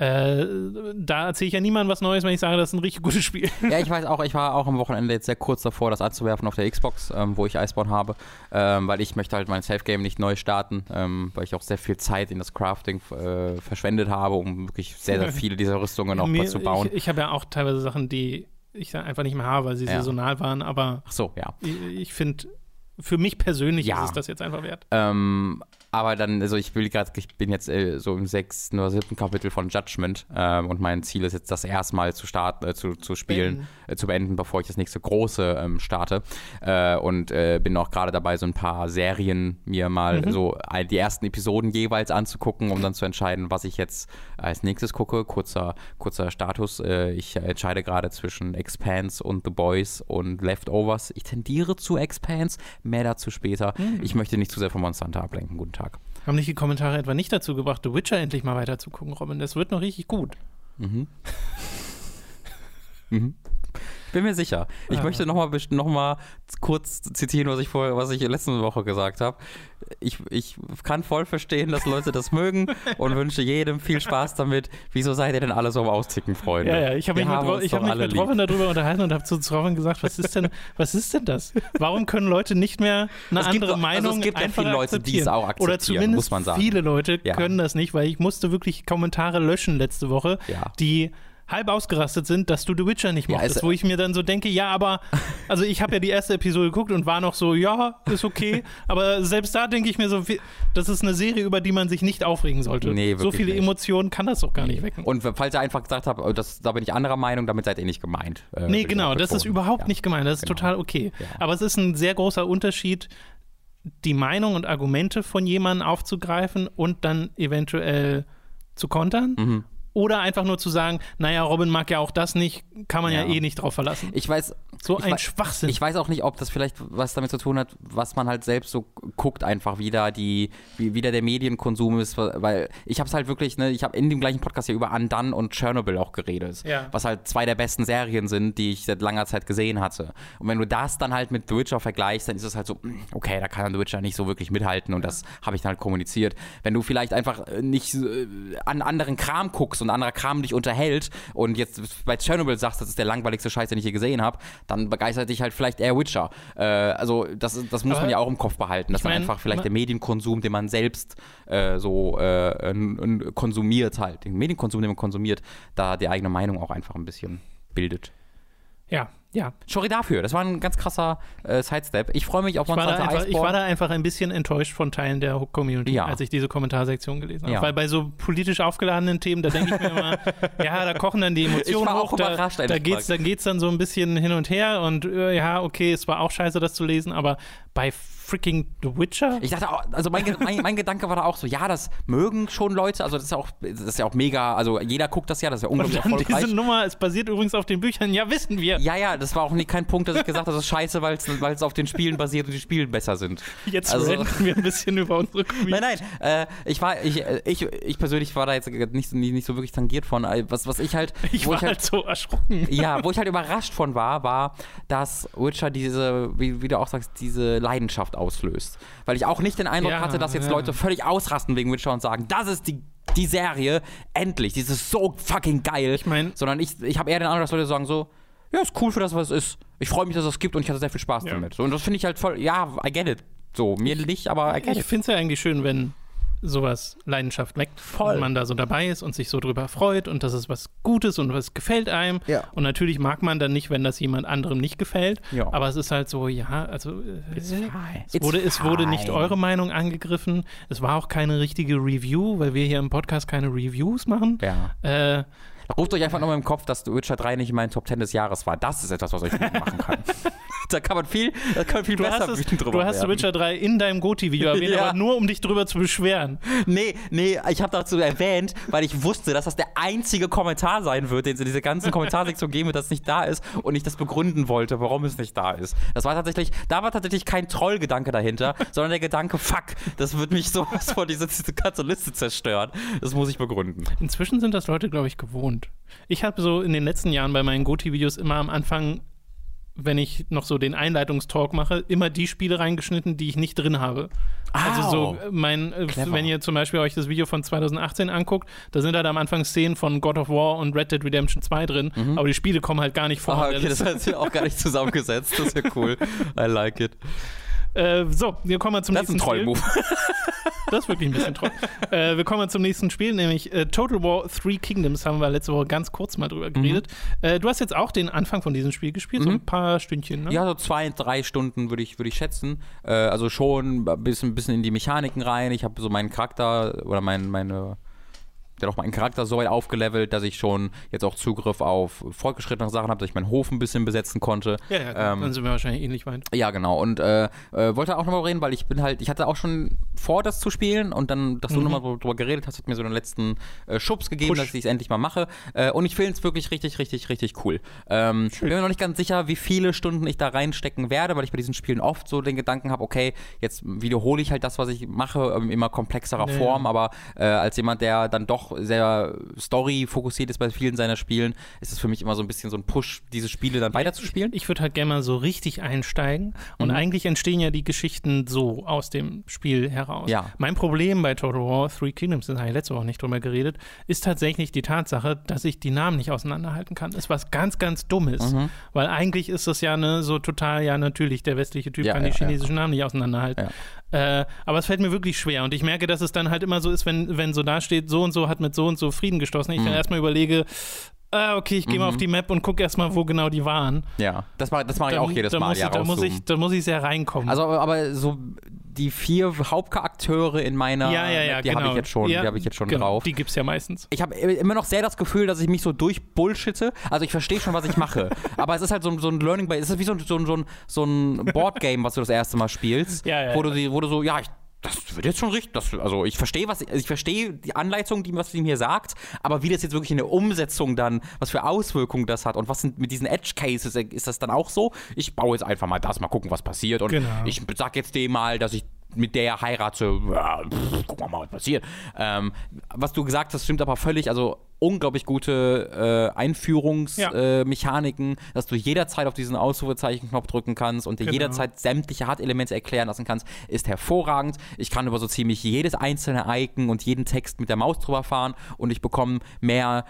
Da erzähle ich ja niemandem was Neues, wenn ich sage, das ist ein richtig gutes Spiel. Ja, ich weiß auch, ich war auch am Wochenende jetzt sehr kurz davor, das anzuwerfen auf der Xbox, wo ich Iceborne habe, weil ich möchte halt mein Safe-Game nicht neu starten, weil ich auch sehr viel Zeit in das Crafting verschwendet habe, um wirklich sehr, sehr viele dieser Rüstungen noch zu bauen. Ich habe ja auch teilweise Sachen, die ich dann einfach nicht mehr habe, weil sie saisonal waren, aber ach so, ja. Ich finde, für mich persönlich ist es das jetzt einfach wert. Aber dann, also ich bin jetzt so im 6. oder 7. Kapitel von Judgment und mein Ziel ist jetzt das erstmal zu starten, zu spielen, zu beenden, bevor ich das nächste große starte und bin auch gerade dabei, so ein paar Serien mir mal so die ersten Episoden jeweils anzugucken, um dann zu entscheiden, was ich jetzt als nächstes gucke. Kurzer Status, ich entscheide gerade zwischen Expanse und The Boys und Leftovers. Ich tendiere zu Expanse, mehr dazu später. Ich möchte nicht zu sehr von Monster Hunter ablenken. Guten Tag. Haben dich die Kommentare etwa nicht dazu gebracht, The Witcher endlich mal weiter zu gucken, Robin? Das wird noch richtig gut. Bin mir sicher. Ich möchte noch mal kurz zitieren, was ich letzte Woche gesagt habe. Ich kann voll verstehen, dass Leute das mögen und wünsche jedem viel Spaß damit. Wieso seid ihr denn alle so am Austicken, Freunde? Ja, ich habe mich mit Robin darüber unterhalten und habe zu Robin gesagt, was ist denn das? Warum können Leute nicht mehr eine andere Meinung es gibt einfach ja viele Leute, die es auch akzeptieren, oder zumindest muss man sagen. Viele Leute können das nicht, weil ich musste wirklich Kommentare löschen letzte Woche, die halb ausgerastet sind, dass du The Witcher nicht mochtest, wo ich mir dann so denke, ja, aber, also ich habe ja die erste Episode geguckt und war noch so, ja, ist okay, aber selbst da denke ich mir so, das ist eine Serie, über die man sich nicht aufregen sollte. Nee, so viele Emotionen kann das doch gar nicht wecken. Und falls ihr einfach gesagt habt, da bin ich anderer Meinung, damit seid ihr nicht gemeint. Nee, genau, das ist überhaupt nicht gemeint, das ist total okay. Ja. Aber es ist ein sehr großer Unterschied, die Meinung und Argumente von jemandem aufzugreifen und dann eventuell zu kontern. Oder einfach nur zu sagen, naja, Robin mag ja auch das nicht, kann man ja eh nicht drauf verlassen. Ein Schwachsinn. Ich weiß auch nicht, ob das vielleicht was damit zu tun hat, was man halt selbst so guckt, einfach wie da der Medienkonsum ist, weil ich habe es halt wirklich, ich habe in dem gleichen Podcast ja über Undone und Chernobyl auch geredet, was halt 2 der besten Serien sind, die ich seit langer Zeit gesehen hatte. Und wenn du das dann halt mit The Witcher vergleichst, dann ist es halt so, okay, da kann The Witcher nicht so wirklich mithalten und das habe ich dann halt kommuniziert. Wenn du vielleicht einfach nicht an anderen Kram guckst und anderer Kram dich unterhält und jetzt bei Chernobyl sagst, das ist der langweiligste Scheiß, den ich je gesehen habe, dann begeistert dich halt vielleicht eher Witcher. Also das muss man ja auch im Kopf behalten, dass dann einfach vielleicht der Medienkonsum, den man selbst konsumiert halt, den Medienkonsum, den man konsumiert, da die eigene Meinung auch einfach ein bisschen bildet. Ja. Sorry dafür, das war ein ganz krasser Sidestep. Ich freue mich auf Monster Hunter Iceborne. Ich war da einfach ein bisschen enttäuscht von Teilen der Community, als ich diese Kommentarsektion gelesen habe. Weil bei so politisch aufgeladenen Themen, da denke ich mir immer, da kochen dann die Emotionen ich war auch hoch. Überrascht, da geht's dann so ein bisschen hin und her und okay, es war auch scheiße, das zu lesen, aber bei freaking The Witcher? Ich dachte auch, also mein Gedanke war da auch so, ja, das mögen schon Leute, also das ist ja auch mega, also jeder guckt das ja, das ist ja unglaublich erfolgreich. Diese Nummer, es basiert übrigens auf den Büchern, ja, wissen wir. Ja, das war auch kein Punkt, dass ich gesagt habe, das ist scheiße, weil es auf den Spielen basiert und die Spiele besser sind. Jetzt reden wir ein bisschen über unsere Community. Nein, ich persönlich war da jetzt nicht so wirklich tangiert von, was ich halt... Ich war halt so erschrocken. Ja, wo ich halt überrascht von war, dass Witcher diese, wie du auch sagst, diese Leidenschaft auslöst. Weil ich auch nicht den Eindruck hatte, dass jetzt Leute völlig ausrasten wegen Witcher und sagen, das ist die Serie, endlich, die ist so fucking geil. Ich meine... Sondern ich habe eher den Eindruck, dass Leute sagen so, ja, ist cool für das, was es ist. Ich freue mich, dass es gibt und ich hatte sehr viel Spaß damit. So, und das finde ich halt voll, ja, I get it. So, mir nicht, aber I get it. Ich finde es ja eigentlich schön, wenn sowas Leidenschaft weckt und man da so dabei ist und sich so drüber freut und das ist was Gutes und was gefällt einem. Ja. Und natürlich mag man dann nicht, wenn das jemand anderem nicht gefällt. Ja. Aber es ist halt so, also es wurde nicht eure Meinung angegriffen. Es war auch keine richtige Review, weil wir hier im Podcast keine Reviews machen. Ja. Ruft euch einfach nochmal im Kopf, dass Witcher 3 nicht in meinen Top 10 des Jahres war. Das ist etwas, was euch machen kann. Da kann man viel besser wütend drüber Du hast werden. Witcher 3 in deinem Goti-Video erwähnt, aber nur, um dich drüber zu beschweren. Nee, ich habe dazu erwähnt, weil ich wusste, dass das der einzige Kommentar sein wird, den es in diese ganzen Kommentarsektion geben wird, dass es nicht da ist und ich das begründen wollte, warum es nicht da ist. Da war tatsächlich kein Trollgedanke dahinter, sondern der Gedanke, fuck, das wird mich sowas von diese ganze Liste zerstören. Das muss ich begründen. Inzwischen sind das Leute, glaube ich, gewohnt. Ich habe so in den letzten Jahren bei meinen Goti-Videos immer am Anfang, wenn ich noch so den Einleitungstalk mache, immer die Spiele reingeschnitten, die ich nicht drin habe. Also so wenn ihr zum Beispiel euch das Video von 2018 anguckt, da sind halt am Anfang Szenen von God of War und Red Dead Redemption 2 drin, aber die Spiele kommen halt gar nicht vor. Okay, das hat sich auch gar nicht zusammengesetzt. Das ist ja cool. I like it. So, wir kommen mal zum nächsten Spiel. Das ist ein Troll-Move. Das ist wirklich ein bisschen toll. Wir kommen mal zum nächsten Spiel, nämlich Total War Three Kingdoms, haben wir letzte Woche ganz kurz mal drüber geredet. Du hast jetzt auch den Anfang von diesem Spiel gespielt, so ein paar Stündchen, ne? Ja, so 2-3 Stunden würde ich schätzen. Also schon ein bisschen in die Mechaniken rein. Ich habe so meinen Charakter oder meinen Charakter so weit aufgelevelt, dass ich schon jetzt auch Zugriff auf fortgeschrittene Sachen habe, dass ich meinen Hof ein bisschen besetzen konnte. Ja, dann sind wir wahrscheinlich ähnlich weit. Ja, genau. Und wollte auch nochmal reden, weil ich hatte auch schon vor, das zu spielen und dann, dass du nochmal drüber geredet hast, hat mir so den letzten Schubs gegeben, dass ich es endlich mal mache. Und ich finde es wirklich richtig, richtig, richtig cool. Ich bin mir noch nicht ganz sicher, wie viele Stunden ich da reinstecken werde, weil ich bei diesen Spielen oft so den Gedanken habe, okay, jetzt wiederhole ich halt das, was ich mache, in immer komplexerer Form, aber als jemand, der dann doch sehr Story-fokussiert ist bei vielen seiner Spielen, ist es für mich immer so ein bisschen so ein Push, diese Spiele dann weiterzuspielen. Ich würde halt gerne mal so richtig einsteigen und eigentlich entstehen ja die Geschichten so aus dem Spiel heraus. Ja. Mein Problem bei Total War Three Kingdoms, da habe ich letzte Woche nicht drüber geredet, ist tatsächlich die Tatsache, dass ich die Namen nicht auseinanderhalten kann. Das ist was ganz, ganz Dummes, weil eigentlich ist das ja so total, ja natürlich, der westliche Typ kann die chinesischen Namen nicht auseinanderhalten. Ja. Aber es fällt mir wirklich schwer und ich merke, dass es dann halt immer so ist, wenn so da steht, so und so hat mit so und so Frieden geschlossen. Ich dann erstmal überlege, okay, ich gehe mal auf die Map und gucke erstmal, wo genau die waren. Ja, das mache ich auch jedes Mal. Da muss ich sehr reinkommen. Also, aber so die 4 Hauptcharaktere in meiner die habe ich jetzt schon drauf. Die gibt's ja meistens. Ich habe immer noch sehr das Gefühl, dass ich mich so durchbullshitte. Also ich verstehe schon, was ich mache. Aber es ist halt so ein Learning by, es ist wie so ein Boardgame, was du das erste Mal spielst. Wo du so, das wird jetzt schon richtig. Also ich verstehe die Anleitung, was sie mir sagt, aber wie das jetzt wirklich in der Umsetzung dann, was für Auswirkungen das hat und was sind mit diesen Edge Cases, ist das dann auch so? Ich baue jetzt einfach mal das, mal gucken, was passiert und ich sag jetzt dem mal, dass ich mit der heirate, gucken wir mal, was passiert. Was du gesagt hast, stimmt aber völlig, also unglaublich gute Einführungsmechaniken, dass du jederzeit auf diesen Ausrufezeichenknopf drücken kannst und dir jederzeit sämtliche Hard-Elemente erklären lassen kannst, ist hervorragend. Ich kann über so ziemlich jedes einzelne Icon und jeden Text mit der Maus drüber fahren und ich bekomme mehr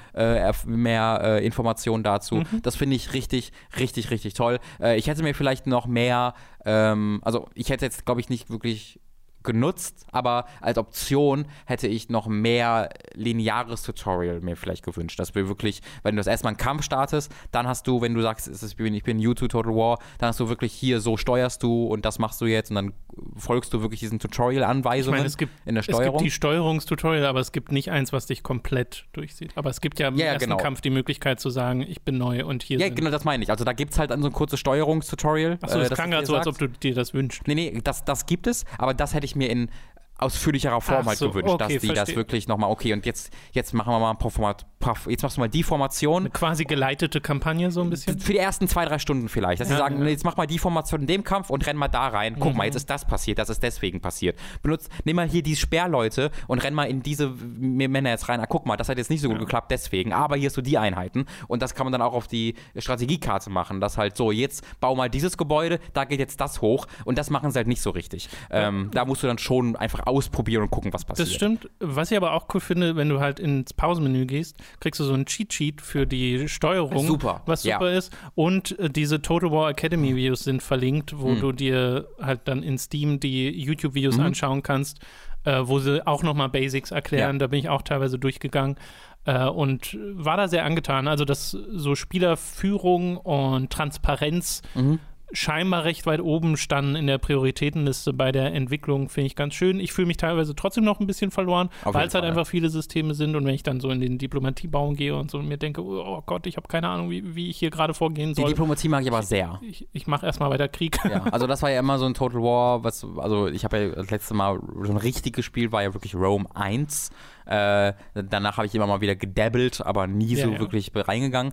Informationen dazu. Das finde ich richtig, richtig, richtig toll. Ich hätte mir vielleicht noch mehr, also ich hätte jetzt, glaube ich, nicht wirklich genutzt, aber als Option hätte ich noch mehr lineares Tutorial mir vielleicht gewünscht, dass wir wirklich, wenn du das erstmal einen Kampf startest, dann hast du, wenn du sagst, ich bin new to Total War, dann hast du wirklich hier, so steuerst du und das machst du jetzt und dann folgst du wirklich diesen Tutorial-Anweisungen in der Steuerung. Es gibt die Steuerungstutorial, aber es gibt nicht eins, was dich komplett durchzieht. Aber es gibt ja im ersten Kampf die Möglichkeit zu sagen, ich bin neu und hier sind... Genau, das meine ich. Also da gibt es halt dann so ein kurzes Steuerungstutorial. Achso, das klang gerade so, als ob du dir das wünschst. Nee, das gibt es, aber das hätte ich mir in ausführlicher Form halt gewünscht, dass die das wirklich nochmal, okay, und jetzt machen wir mal jetzt machst du mal die Formation. Eine quasi geleitete Kampagne so ein bisschen? Für die ersten 2-3 Stunden vielleicht. Dass sie sagen, jetzt mach mal die Formation in dem Kampf und renn mal da rein. Guck mal, jetzt ist das passiert, das ist deswegen passiert. Nimm mal hier die Sperrleute und renn mal in diese Männer jetzt rein. Guck mal, das hat jetzt nicht so gut geklappt, deswegen. Aber hier hast du die Einheiten. Und das kann man dann auch auf die Strategiekarte machen. Das halt so, jetzt bau mal dieses Gebäude, da geht jetzt das hoch. Und das machen sie halt nicht so richtig. Da musst du dann schon einfach ausprobieren und gucken, was passiert. Das stimmt. Was ich aber auch cool finde, wenn du halt ins Pausenmenü gehst, kriegst du so ein Cheat-Sheet für die Steuerung, was super ist. Und diese Total War Academy Videos sind verlinkt, wo du dir halt dann in Steam die YouTube-Videos anschauen kannst, wo sie auch nochmal Basics erklären. Da bin ich auch teilweise durchgegangen und war da sehr angetan. Also, dass so Spielerführung und Transparenz scheinbar recht weit oben standen in der Prioritätenliste bei der Entwicklung, finde ich ganz schön. Ich fühle mich teilweise trotzdem noch ein bisschen verloren, weil es halt einfach viele Systeme sind und wenn ich dann so in den Diplomatiebaum gehe und so und mir denke, oh Gott, ich habe keine Ahnung, wie ich hier gerade vorgehen soll. Die Diplomatie mag ich aber sehr. Ich mache erstmal weiter Krieg. Ja, also das war ja immer so ein Total War, also ich habe ja das letzte Mal so ein richtig gespielt, war ja wirklich Rome 1. Danach habe ich immer mal wieder gedabbelt, aber nie so wirklich reingegangen.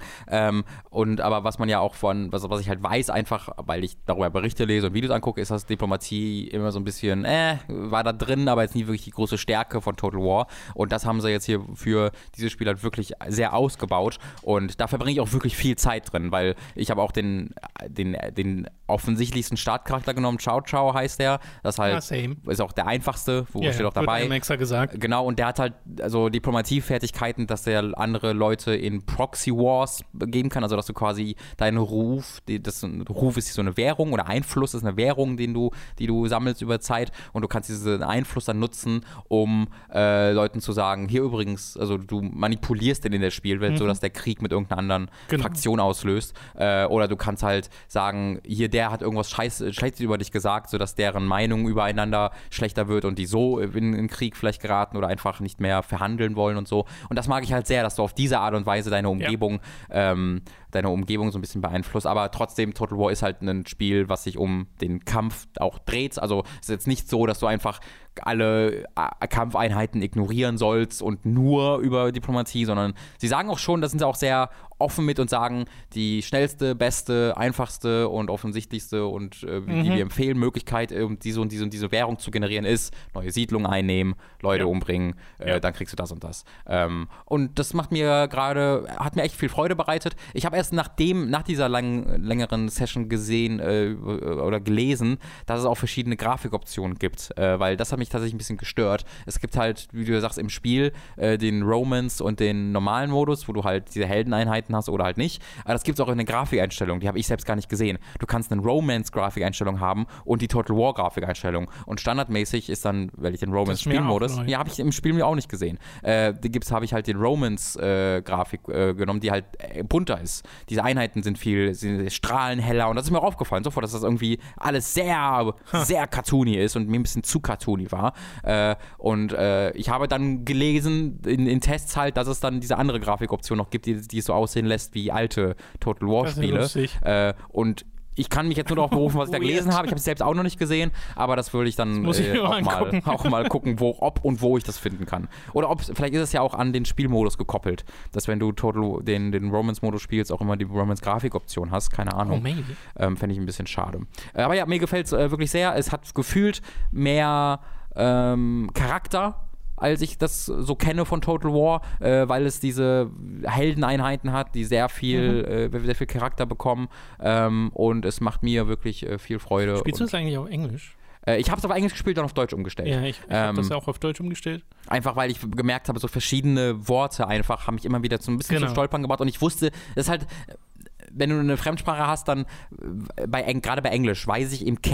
Aber was man ja auch was ich halt weiß, einfach, weil ich darüber Berichte lese und Videos angucke, ist, dass Diplomatie immer so ein bisschen, war da drin, aber jetzt nie wirklich die große Stärke von Total War. Und das haben sie jetzt hier für dieses Spiel halt wirklich sehr ausgebaut. Und da verbringe ich auch wirklich viel Zeit drin, weil ich habe auch den offensichtlichsten Startcharakter genommen. Cao Cao heißt der. Das halt ist auch der einfachste, steht auch dabei. Wird extra gesagt. Genau, und der hat halt also Diplomatiefertigkeiten, dass der andere Leute in Proxy Wars geben kann, also dass du quasi deinen Ruf, Ruf ist so eine Währung oder Einfluss ist eine Währung, die du sammelst über Zeit und du kannst diesen Einfluss dann nutzen, um Leuten zu sagen, hier übrigens, also du manipulierst den in der Spielwelt, sodass der Krieg mit irgendeiner anderen Fraktion auslöst, oder du kannst halt sagen, hier der hat irgendwas Schlechtes über dich gesagt, sodass deren Meinung übereinander schlechter wird und die so in Krieg vielleicht geraten oder einfach nicht mehr verhandeln wollen und so. Und das mag ich halt sehr, dass du auf diese Art und Weise deine Umgebung so ein bisschen beeinflusst. Aber trotzdem, Total War ist halt ein Spiel, was sich um den Kampf auch dreht. Also es ist jetzt nicht so, dass du einfach alle Kampfeinheiten ignorieren sollst und nur über Diplomatie, sondern sie sagen auch schon, da sind sie auch sehr offen mit und sagen, die schnellste, beste, einfachste und offensichtlichste und die wir empfehlen, Möglichkeit, diese und diese Währung zu generieren, ist, neue Siedlungen einnehmen, Leute umbringen, dann kriegst du das und das. Und das hat mir echt viel Freude bereitet. Ich habe erst nach dieser längeren Session gesehen oder gelesen, dass es auch verschiedene Grafikoptionen gibt, weil das hat mich tatsächlich ein bisschen gestört. Es gibt halt, wie du sagst, im Spiel den Romance und den normalen Modus, wo du halt diese Heldeneinheiten hast oder halt nicht. Aber das gibt es auch in den Grafikeinstellungen, die habe ich selbst gar nicht gesehen. Du kannst eine Romance-Grafikeinstellung haben und die Total War-Grafikeinstellung. Und standardmäßig ist dann, weil ich den Romance-Spielmodus, habe ich im Spiel mir auch nicht gesehen. Habe ich halt den Romance-Grafik genommen, die halt bunter ist. Diese Einheiten sind strahlenheller und das ist mir auch aufgefallen sofort, dass das irgendwie alles sehr, sehr cartoony ist und mir ein bisschen zu cartoony war. Ich habe dann gelesen in Tests halt, dass es dann diese andere Grafikoption noch gibt, die es so aussehen lässt wie alte Total War Spiele. Und ich kann mich jetzt nur darauf berufen, was ich da gelesen habe. Ich habe es selbst auch noch nicht gesehen, aber das würde ich dann auch mal gucken, ob und wo ich das finden kann. Oder vielleicht ist es ja auch an den Spielmodus gekoppelt, dass wenn du den Romance-Modus spielst, auch immer die Romance-Grafikoption hast. Keine Ahnung. Fände ich ein bisschen schade. Aber ja, mir gefällt es wirklich sehr. Es hat gefühlt mehr Charakter, als ich das so kenne von Total War, weil es diese Heldeneinheiten hat, die sehr viel Charakter bekommen, und es macht mir wirklich viel Freude. Spielst du das eigentlich auf Englisch? Ich habe es auf Englisch gespielt und auf Deutsch umgestellt. Ja, ich habe das auch auf Deutsch umgestellt. Einfach, weil ich gemerkt habe, so verschiedene Worte einfach haben mich immer wieder so ein bisschen zum Stolpern gebracht und ich wusste, das ist halt, wenn du eine Fremdsprache hast, dann gerade bei Englisch weiß ich im Kern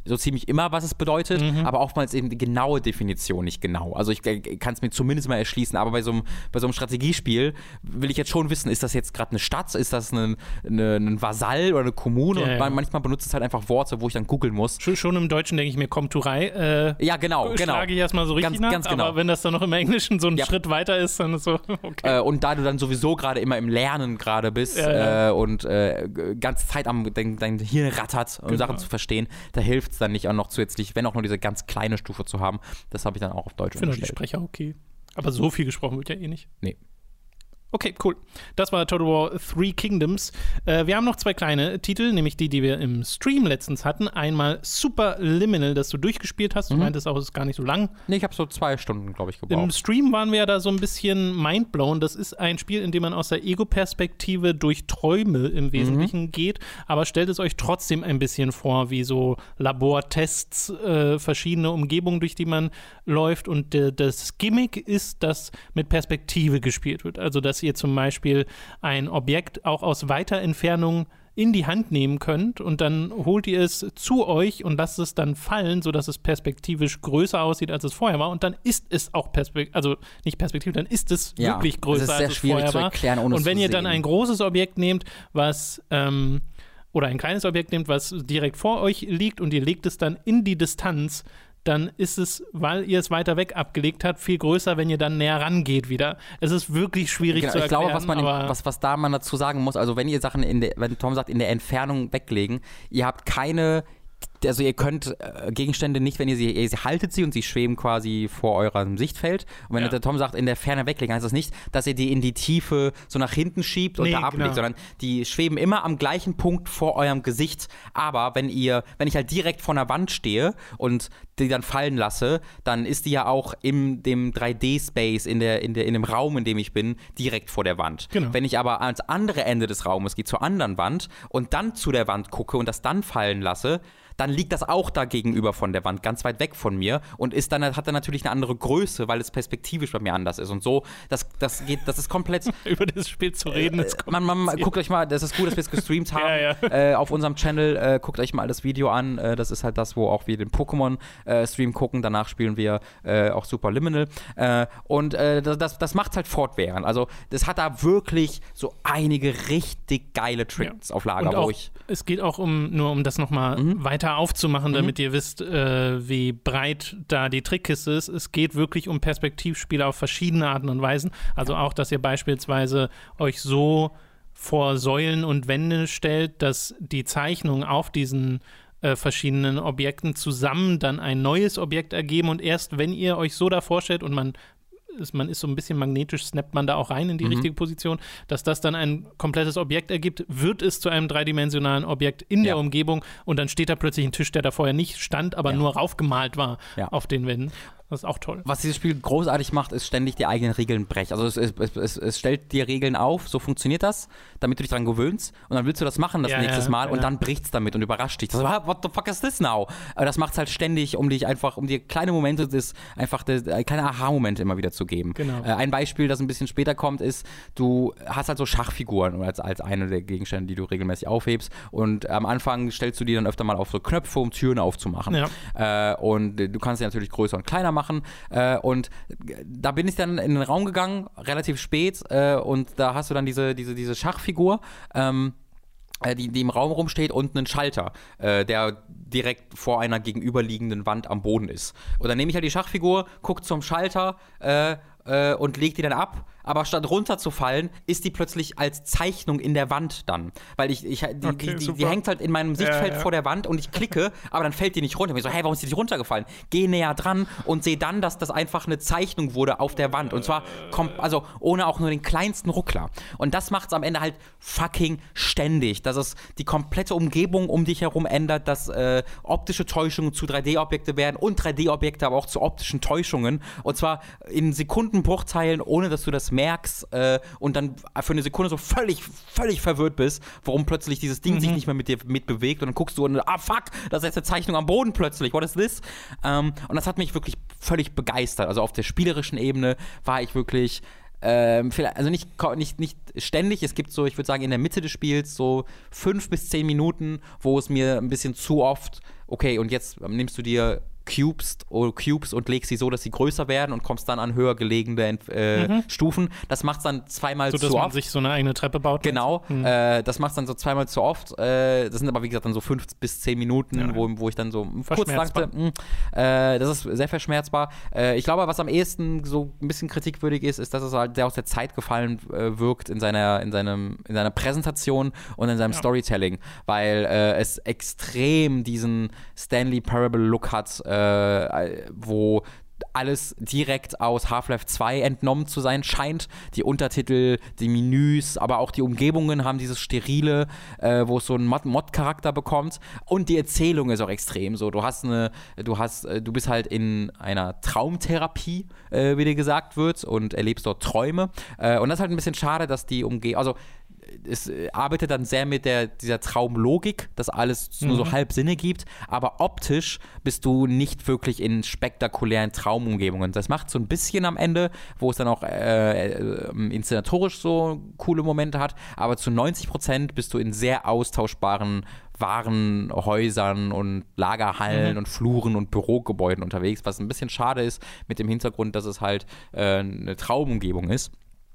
so ziemlich immer, was es bedeutet, aber oftmals eben die genaue Definition nicht genau. Also ich kann es mir zumindest mal erschließen, aber bei so einem Strategiespiel will ich jetzt schon wissen, ist das jetzt gerade eine Stadt, ist das ein Vasall oder eine Kommune? Und manchmal benutzt es halt einfach Worte, wo ich dann googeln muss. Schon im Deutschen denke ich mir Komturei. Ja, genau. Schlage ich erstmal so richtig nach, genau. Aber wenn das dann noch im Englischen so ein Schritt weiter ist, dann ist so, okay. Und da du dann sowieso gerade immer im Lernen gerade bist und ganze Zeit dein Hirn rattert, um Sachen zu verstehen, da hilft es dann nicht auch noch zusätzlich, wenn auch nur diese ganz kleine Stufe zu haben. Das habe ich dann auch auf Deutsch umgestellt. Ich finde die Sprecher okay. Aber so viel gesprochen wird ja eh nicht. Nee. Okay, cool. Das war Total War Three Kingdoms. Wir haben noch 2 kleine Titel, nämlich die wir im Stream letztens hatten. Einmal Superliminal, das du durchgespielt hast. Du meintest auch, es ist gar nicht so lang. Nee, ich habe so 2 Stunden, glaube ich, gebraucht. Im Stream waren wir ja da so ein bisschen mindblown. Das ist ein Spiel, in dem man aus der Ego-Perspektive durch Träume im Wesentlichen geht. Aber stellt es euch trotzdem ein bisschen vor, wie so Labortests, verschiedene Umgebungen, durch die man läuft. Und das Gimmick ist, dass mit Perspektive gespielt wird. Also, dass ihr zum Beispiel ein Objekt auch aus weiter Entfernung in die Hand nehmen könnt und dann holt ihr es zu euch und lasst es dann fallen, sodass es perspektivisch größer aussieht, als es vorher war. Und dann ist es auch dann ist es wirklich größer, als es vorher war. Erklären, ohne und wenn ihr sehen. dann ein großes Objekt nehmt, oder ein kleines Objekt nehmt, was direkt vor euch liegt und ihr legt es dann in die Distanz, dann ist es, weil ihr es weiter weg abgelegt habt, viel größer, wenn ihr dann näher rangeht wieder. Es ist wirklich schwierig zu erklären. Ich glaube, was da man dazu sagen muss, also wenn ihr Sachen wenn Tom sagt, in der Entfernung weglegen, ihr habt keine, also ihr könnt Gegenstände nicht, wenn ihr haltet sie und sie schweben quasi vor eurem Sichtfeld. Und wenn der Tom sagt, in der Ferne weglegen, heißt das nicht, dass ihr die in die Tiefe so nach hinten schiebt und da ablegt, sondern die schweben immer am gleichen Punkt vor eurem Gesicht. Aber wenn ich halt direkt vor einer Wand stehe und die dann fallen lasse, dann ist die ja auch in dem 3D-Space, in dem Raum, in dem ich bin, direkt vor der Wand. Genau. Wenn ich aber ans andere Ende des Raumes gehe, zur anderen Wand und dann zu der Wand gucke und das dann fallen lasse, dann liegt das auch da gegenüber von der Wand, ganz weit weg von mir und hat dann natürlich eine andere Größe, weil es perspektivisch bei mir anders ist. Und so, das ist komplett... Über das Spiel zu reden ist guckt euch mal, das ist gut, dass wir es gestreamt haben. Auf unserem Channel, guckt euch mal das Video an. Das ist halt das, wo auch wir den Pokémon-Stream gucken. Danach spielen wir auch Superliminal. Das macht halt fortwährend. Also, das hat da wirklich so einige richtig geile Tricks auf Lager. Und auch, es geht auch um das nochmal weiter aufzumachen, damit ihr wisst, wie breit da die Trickkiste ist. Es geht wirklich um Perspektivspiele auf verschiedene Arten und Weisen. Also auch, dass ihr beispielsweise euch so vor Säulen und Wände stellt, dass die Zeichnungen auf diesen verschiedenen Objekten zusammen dann ein neues Objekt ergeben und erst wenn ihr euch so da vorstellt und man ist so ein bisschen magnetisch, snappt man da auch rein in die richtige Position, dass das dann ein komplettes Objekt ergibt, wird es zu einem dreidimensionalen Objekt in der Umgebung und dann steht da plötzlich ein Tisch, der da vorher nicht stand, aber nur raufgemalt war auf den Wänden. Das ist auch toll. Was dieses Spiel großartig macht, ist ständig die eigenen Regeln brechen. Also es stellt dir Regeln auf, so funktioniert das, damit du dich daran gewöhnst und dann willst du das machen nächstes Mal und dann bricht es damit und überrascht dich. Das, what the fuck is this now? Aber das macht es halt ständig, um dir kleine Momente, kleine Aha-Momente immer wieder zu geben. Genau. Ein Beispiel, das ein bisschen später kommt, ist, du hast halt so Schachfiguren als eine der Gegenstände, die du regelmäßig aufhebst und am Anfang stellst du die dann öfter mal auf so Knöpfe, um Türen aufzumachen. Ja. Und du kannst sie natürlich größer und kleiner machen. Und da bin ich dann in den Raum gegangen, relativ spät, und da hast du dann diese Schachfigur, die im Raum rumsteht und einen Schalter, der direkt vor einer gegenüberliegenden Wand am Boden ist. Und dann nehme ich halt die Schachfigur, gucke zum Schalter und lege die dann ab. Aber statt runterzufallen, ist die plötzlich als Zeichnung in der Wand dann. Weil die hängt halt in meinem Sichtfeld vor der Wand und ich klicke, aber dann fällt die nicht runter. Und ich so, hey, warum ist die nicht runtergefallen? Geh näher dran und sehe dann, dass das einfach eine Zeichnung wurde auf der Wand. Und zwar ohne auch nur den kleinsten Ruckler. Und das macht es am Ende halt fucking ständig. Dass es die komplette Umgebung um dich herum ändert, dass optische Täuschungen zu 3D-Objekte werden und 3D-Objekte aber auch zu optischen Täuschungen. Und zwar in Sekundenbruchteilen, ohne dass du das merkst und dann für eine Sekunde so völlig verwirrt bist, warum plötzlich dieses Ding sich nicht mehr mit dir mitbewegt und dann guckst du und fuck, das ist jetzt eine Zeichnung am Boden plötzlich, what is this? Und das hat mich wirklich völlig begeistert. Also auf der spielerischen Ebene war ich wirklich also nicht ständig, es gibt so, ich würde sagen, in der Mitte des Spiels so 5 bis 10 Minuten, wo es mir ein bisschen zu oft okay, und jetzt nimmst du dir Cubes und legst sie so, dass sie größer werden und kommst dann an höher gelegene Stufen. Das macht es dann zweimal zu oft. So, dass man sich so eine eigene Treppe baut. Genau, das macht es dann so zweimal zu oft. Das sind aber, wie gesagt, dann so 5 bis 10 Minuten, wo ich dann so kurz dachte, das ist sehr verschmerzbar. Ich glaube, was am ehesten so ein bisschen kritikwürdig ist, dass es halt sehr aus der Zeit gefallen wirkt in seiner Präsentation und in seinem Storytelling, weil es extrem diesen Stanley Parable-Look hat, wo alles direkt aus Half-Life 2 entnommen zu sein scheint. Die Untertitel, die Menüs, aber auch die Umgebungen haben dieses Sterile, wo es so einen Mod-Charakter bekommt. Und die Erzählung ist auch extrem so. Du bist halt in einer Traumtherapie, wie dir gesagt wird, und erlebst dort Träume. Und das ist halt ein bisschen schade, dass die Umgebung, es arbeitet dann sehr mit dieser Traumlogik, dass alles nur so halb Sinne gibt, aber optisch bist du nicht wirklich in spektakulären Traumumgebungen. Das macht so ein bisschen am Ende, wo es dann auch inszenatorisch so coole Momente hat, aber zu 90% bist du in sehr austauschbaren Warenhäusern und Lagerhallen und Fluren und Bürogebäuden unterwegs, was ein bisschen schade ist mit dem Hintergrund, dass es halt eine Traumumgebung ist.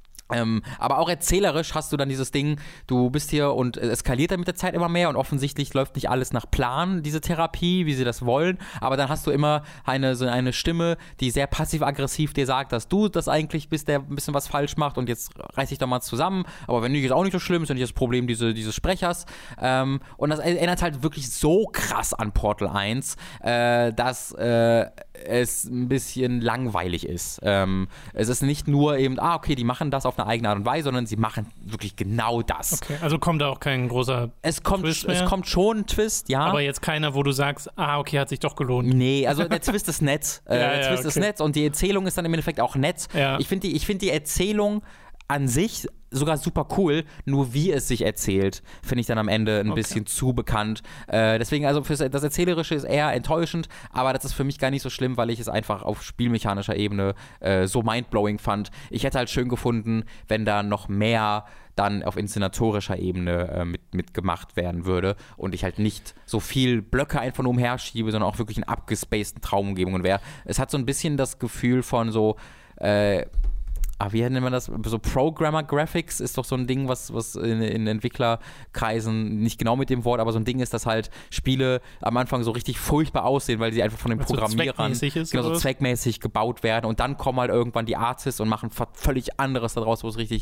Aber auch erzählerisch hast du dann dieses Ding, du bist hier und es eskaliert dann mit der Zeit immer mehr und offensichtlich läuft nicht alles nach Plan, diese Therapie, wie sie das wollen, aber dann hast du immer so eine Stimme, die sehr passiv-aggressiv dir sagt, dass du das eigentlich bist, der ein bisschen was falsch macht und jetzt reiß dich doch mal zusammen, aber wenn nicht, ist auch nicht so schlimm, ist ja nicht das Problem dieses Sprechers, und das erinnert halt wirklich so krass an Portal 1, dass es ein bisschen langweilig ist. Es ist nicht nur eben, okay, die machen das auf eine eigene Art und Weise, sondern sie machen wirklich genau das. Okay, also kommt da auch kein großer Twist mehr? Es kommt schon ein Twist, ja. Aber jetzt keiner, wo du sagst, okay, hat sich doch gelohnt. Nee, also der Twist ist nett. Ist nett und die Erzählung ist dann im Endeffekt auch nett. Ja. Ich finde die Erzählung an sich sogar super cool, nur wie es sich erzählt, finde ich dann am Ende ein bisschen zu bekannt. Deswegen, also das Erzählerische ist eher enttäuschend, aber das ist für mich gar nicht so schlimm, weil ich es einfach auf spielmechanischer Ebene so mindblowing fand. Ich hätte halt schön gefunden, wenn da noch mehr dann auf inszenatorischer Ebene mitgemacht werden würde und ich halt nicht so viel Blöcke einfach nur umherschiebe, sondern auch wirklich in abgespaceden Traumumgebungen wäre. Es hat so ein bisschen das Gefühl von so wie nennt man das? So Programmer Graphics ist doch so ein Ding, was in Entwicklerkreisen, nicht genau mit dem Wort, aber so ein Ding ist, dass halt Spiele am Anfang so richtig furchtbar aussehen, weil sie einfach von den Programmierern so zweckmäßig gebaut werden und dann kommen halt irgendwann die Artists und machen völlig anderes daraus,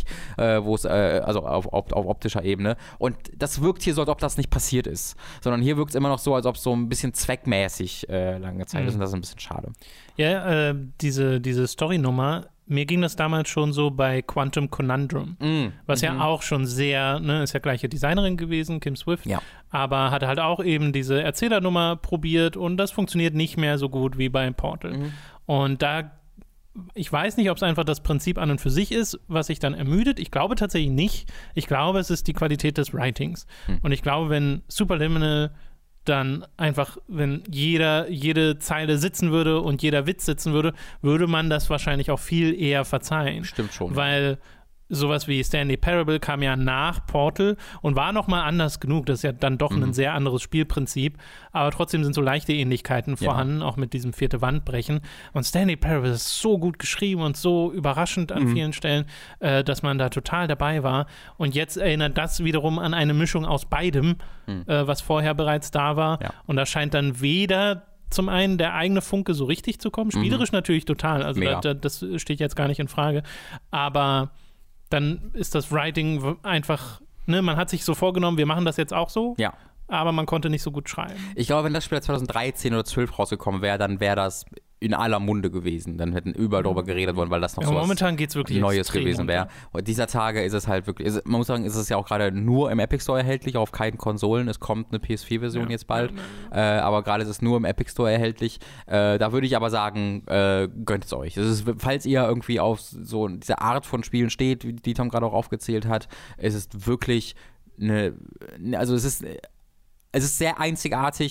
also auf optischer Ebene. Und das wirkt hier so, als ob das nicht passiert ist, sondern hier wirkt es immer noch so, als ob es so ein bisschen zweckmäßig lange Zeit ist und das ist ein bisschen schade. Ja, diese Story-Nummer, mir ging das damals schon so bei Quantum Conundrum, was ja auch schon sehr, ist ja gleiche Designerin gewesen, Kim Swift, aber hatte halt auch eben diese Erzählernummer probiert und das funktioniert nicht mehr so gut wie bei Portal. Und da, ich weiß nicht, ob es einfach das Prinzip an und für sich ist, was sich dann ermüdet. Ich glaube tatsächlich nicht. Ich glaube, es ist die Qualität des Writings. Und ich glaube, wenn Superliminal dann einfach, wenn jede Zeile sitzen würde und jeder Witz sitzen würde, würde man das wahrscheinlich auch viel eher verzeihen. Stimmt schon. Weil sowas wie Stanley Parable kam ja nach Portal und war nochmal anders genug. Das ist ja dann doch ein sehr anderes Spielprinzip. Aber trotzdem sind so leichte Ähnlichkeiten vorhanden, auch mit diesem vierte Wandbrechen. Und Stanley Parable ist so gut geschrieben und so überraschend an vielen Stellen, dass man da total dabei war. Und jetzt erinnert das wiederum an eine Mischung aus beidem, was vorher bereits da war. Ja. Und da scheint dann weder zum einen der eigene Funke so richtig zu kommen, spielerisch natürlich total. Also das steht jetzt gar nicht in Frage. Aber dann ist das Writing einfach, man hat sich so vorgenommen, wir machen das jetzt auch so, aber man konnte nicht so gut schreiben. Ich glaube, wenn das Spiel 2013 oder 2012 rausgekommen wäre, dann wäre das in aller Munde gewesen. Dann hätten überall darüber geredet worden, weil das noch so momentan geht's wirklich Neues gewesen wäre. Und dieser Tage ist es halt wirklich, man muss sagen, ist es ja auch gerade nur im Epic Store erhältlich, auf keinen Konsolen. Es kommt eine PS4-Version jetzt bald, aber gerade ist es nur im Epic Store erhältlich. Da würde ich aber sagen, gönnt es euch. Falls ihr irgendwie auf so diese Art von Spielen steht, die Tom gerade auch aufgezählt hat, es ist wirklich es ist sehr einzigartig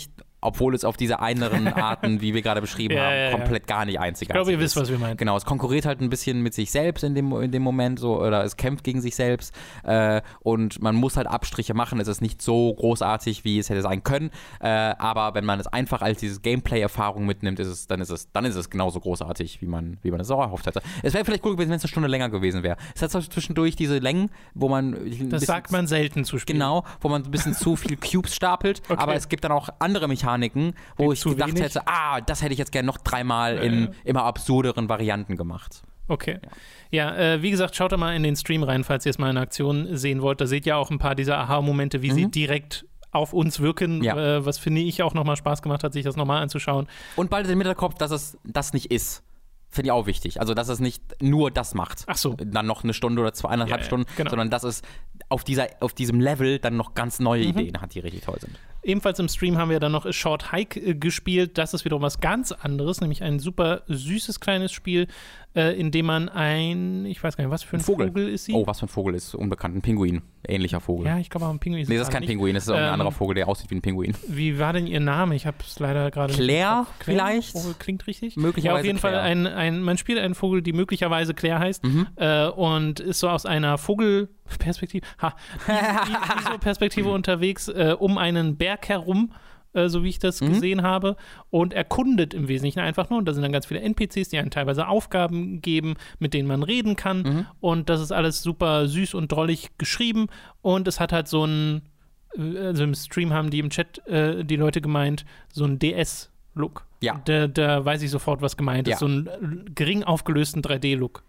obwohl es auf diese anderen Arten, wie wir gerade beschrieben haben, komplett gar nicht einzigartig ist. Ich glaube, ihr wisst, was wir meinen. Genau, es konkurriert halt ein bisschen mit sich selbst in dem Moment so, oder es kämpft gegen sich selbst und man muss halt Abstriche machen. Es ist nicht so großartig, wie es hätte sein können, aber wenn man es einfach als dieses Gameplay-Erfahrung mitnimmt, dann ist es genauso großartig, wie man es auch erhofft hätte. Es wäre vielleicht cool gewesen, wenn es eine Stunde länger gewesen wäre. Es hat zwischendurch diese Längen, wo man das sagt man selten zu spielen. Genau, wo man ein bisschen zu viel Cubes stapelt, aber es gibt dann auch andere Mechaniken, wo ich gedacht hätte, das hätte ich jetzt gerne noch 3-mal in immer absurderen Varianten gemacht. Okay. Ja, wie gesagt, schaut da mal in den Stream rein, falls ihr es mal in Aktion sehen wollt. Da seht ihr auch ein paar dieser Aha-Momente, wie sie direkt auf uns wirken, was finde ich auch nochmal Spaß gemacht hat, sich das nochmal anzuschauen. Und bald im Hinterkopf, dass es das nicht ist. Finde ich auch wichtig. Also, dass es nicht nur das macht. Ach so. Dann noch eine Stunde oder 2,5 Stunden, genau. sondern dass es auf diesem Level dann noch ganz neue Ideen hat, die richtig toll sind. Ebenfalls im Stream haben wir dann noch A Short Hike gespielt. Das ist wiederum was ganz anderes, nämlich ein super süßes kleines Spiel, in dem man ich weiß gar nicht, was für ein Vogel ist sie? Oh, was für ein Vogel ist unbekannt? Ein Pinguin. Ähnlicher Vogel. Ja, ich glaube auch ein Pinguin. Nee, das ist kein Pinguin, das ist ein anderer Vogel, der aussieht wie ein Pinguin. Wie war denn ihr Name? Ich habe es leider gerade Claire vielleicht? Vogel klingt richtig. Möglicherweise ja, auf jeden Claire. Fall, man spielt einen Vogel, die möglicherweise Claire heißt und ist so aus einer Vogelperspektive, Perspektive unterwegs, um einen Berg herum, so wie ich das gesehen habe, und erkundet im Wesentlichen einfach nur. Und da sind dann ganz viele NPCs, die einem teilweise Aufgaben geben, mit denen man reden kann. Und das ist alles super süß und drollig geschrieben. Und es hat halt so also im Stream haben die im Chat die Leute gemeint, so ein DS-Look. Ja. Da weiß ich sofort, was gemeint ist. So einen gering aufgelösten 3D-Look.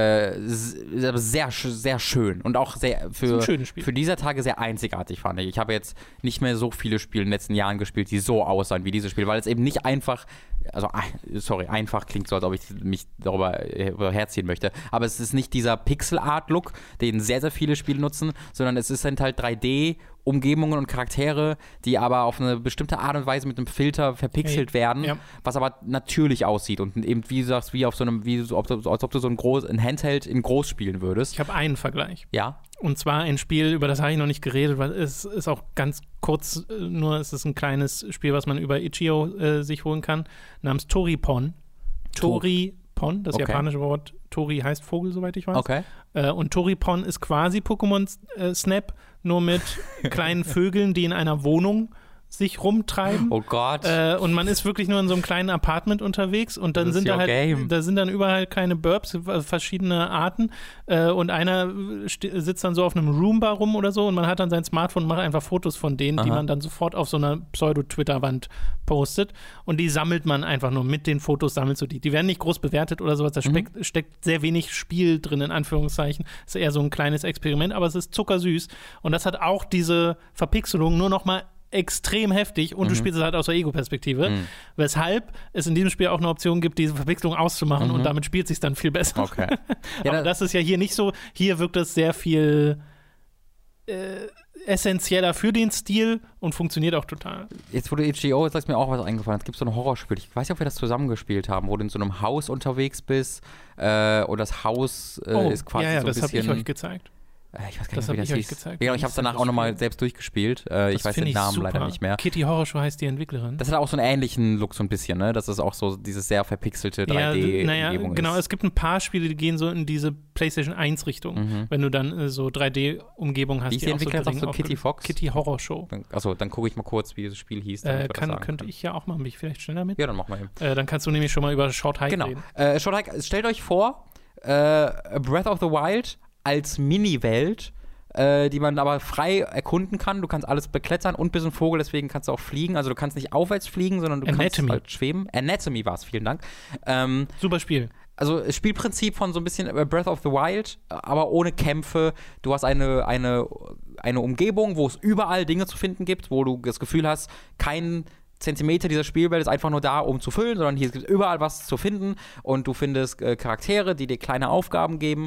Sehr, sehr schön und auch sehr für dieser Tage sehr einzigartig, fand ich. Ich habe jetzt nicht mehr so viele Spiele in den letzten Jahren gespielt, die so aussahen wie dieses Spiel, weil es eben nicht einfach, einfach klingt so, als ob ich mich darüber herziehen möchte, aber es ist nicht dieser Pixel-Art-Look, den sehr, sehr viele Spiele nutzen, sondern sind halt 3D-Umgebungen und Charaktere, die aber auf eine bestimmte Art und Weise mit einem Filter verpixelt werden, was aber natürlich aussieht und eben, wie du sagst, wie auf so einem, als ob du so ein Handheld in groß spielen würdest. Ich habe einen Vergleich. Ja. Und zwar ein Spiel, über das habe ich noch nicht geredet, weil es ist auch ganz kurz, es ist ein kleines Spiel, was man über Itch.io sich holen kann, namens Toripon. Toripon, das japanische Wort Tori heißt Vogel, soweit ich weiß. Okay. Und Toripon ist quasi Pokémon Snap, nur mit kleinen Vögeln, die in einer Wohnung sich rumtreiben. Oh Gott. Und man ist wirklich nur in so einem kleinen Apartment unterwegs und dann sind da sind dann überall kleine Burbs, verschiedene Arten und einer sitzt dann so auf einem Roomba rum oder so und man hat dann sein Smartphone und macht einfach Fotos von denen, die man dann sofort auf so einer Pseudo-Twitter-Wand postet und die sammelt man einfach nur. Mit den Fotos sammelst du die. Die werden nicht groß bewertet oder sowas, da steckt sehr wenig Spiel drin, in Anführungszeichen. Ist eher so ein kleines Experiment, aber es ist zuckersüß und das hat auch diese Verpixelung nur noch mal extrem heftig und du spielst es halt aus der Ego-Perspektive, weshalb es in diesem Spiel auch eine Option gibt, diese Verpixelung auszumachen und damit spielt es sich dann viel besser. Okay. Aber das ist ja hier nicht so. Hier wirkt es sehr viel essentieller für den Stil und funktioniert auch total. Jetzt, wo du Itch.io sagst, mir auch was eingefallen. Es gibt so ein Horrorspiel. Ich weiß nicht, ob wir das zusammengespielt haben, wo du in so einem Haus unterwegs bist und das Haus ist quasi so ein bisschen... Ja, das habe ich euch gezeigt. Ich weiß gar nicht, wie das hieß. Genau, ich habe es danach auch nochmal selbst durchgespielt. Ich weiß den Namen leider nicht mehr. Kitty Horror Show heißt die Entwicklerin. Das hat auch so einen ähnlichen Look so ein bisschen, ne? Das ist auch so dieses sehr verpixelte 3D-Umgebung genau. Es gibt ein paar Spiele, die gehen so in diese PlayStation 1-Richtung. Wenn du dann so 3D-Umgebung hast. Wie ist die Entwicklerin? Sagst du Kitty Fox? Kitty Horror Show. Achso, dann gucke ich mal kurz, wie das Spiel hieß. Könnte ich ja auch mal, bin ich vielleicht schneller mit? Ja, dann mach mal eben. Dann kannst du nämlich schon mal über Short Hike reden. Short Hike, stellt euch vor, Breath of the Wild als Mini-Welt, die man aber frei erkunden kann. Du kannst alles beklettern und bist ein Vogel, deswegen kannst du auch fliegen. Also du kannst nicht aufwärts fliegen, sondern du kannst halt schweben. Anatomy war es, vielen Dank. Super Spiel. Also Spielprinzip von so ein bisschen Breath of the Wild, aber ohne Kämpfe. Du hast eine Umgebung, wo es überall Dinge zu finden gibt, wo du das Gefühl hast, kein Zentimeter dieser Spielwelt ist einfach nur da, um zu füllen, sondern hier gibt es überall was zu finden und du findest Charaktere, die dir kleine Aufgaben geben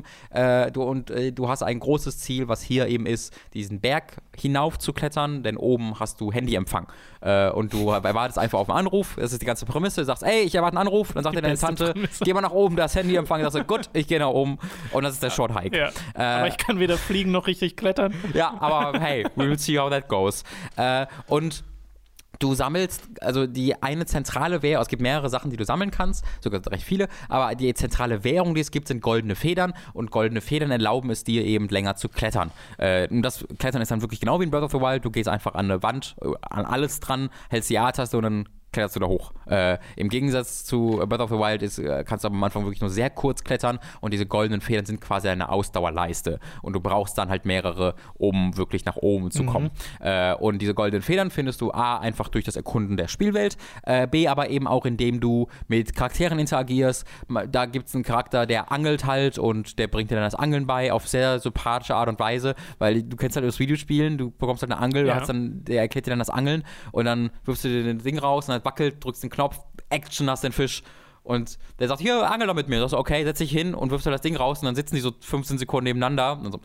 du hast ein großes Ziel, was hier eben ist, diesen Berg hinauf zu klettern, denn oben hast du Handyempfang und du erwartest einfach auf einen Anruf, das ist die ganze Prämisse, du sagst, ey, ich erwarte einen Anruf, dann sagt dir deine Tante, geh mal nach oben, da ist Handyempfang, dann sagst du, gut, ich gehe nach oben und das ist der Short Hike. Ja. Aber ich kann weder fliegen noch richtig klettern. Ja, aber hey, we will see how that goes. Und Du sammelst, also die eine zentrale Währung, es gibt mehrere Sachen, die du sammeln kannst, sogar recht viele, aber die zentrale Währung, die es gibt, sind goldene Federn und goldene Federn erlauben es dir eben länger zu klettern. Und das Klettern ist dann wirklich genau wie in Breath of the Wild, du gehst einfach an eine Wand, an alles dran, hältst die A-Taste und dann kletterst du da hoch. Im Gegensatz zu Breath of the Wild kannst du aber am Anfang wirklich nur sehr kurz klettern und diese goldenen Federn sind quasi eine Ausdauerleiste und du brauchst dann halt mehrere, um wirklich nach oben zu kommen. Und diese goldenen Federn findest du A, einfach durch das Erkunden der Spielwelt, B, aber eben auch indem du mit Charakteren interagierst. Da gibt es einen Charakter, der angelt halt und der bringt dir dann das Angeln bei auf sehr sympathische Art und Weise, weil du kennst halt das Videospielen, du bekommst halt eine Angel, der erklärt dir dann das Angeln und dann wirfst du dir das Ding raus und dann wackelt, drückst den Knopf, Action, hast den Fisch und der sagt, hier, angel doch mit mir. Du sagst, okay, setz dich hin und wirfst halt das Ding raus und dann sitzen die so 15 Sekunden nebeneinander und so,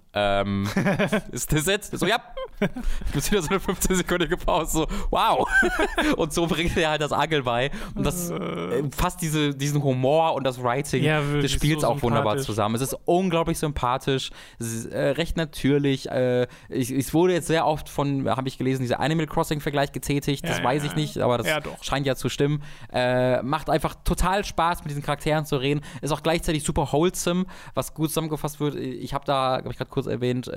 ist das jetzt? So, ja. Gibt wieder so eine 15-sekündige Pause, so, wow. Und so bringt er halt das Angeln bei und das fasst diesen Humor und das Writing des Spiels so auch wunderbar zusammen. Es ist unglaublich sympathisch, es ist recht natürlich. Es wurde jetzt sehr oft habe ich gelesen, dieser Animal Crossing-Vergleich getätigt, das weiß ich nicht, aber das scheint ja zu stimmen. Macht einfach total Spaß, mit diesen Charakteren zu reden. Ist auch gleichzeitig super wholesome, was gut zusammengefasst wird. Ich habe da, habe ich gerade kurz erwähnt,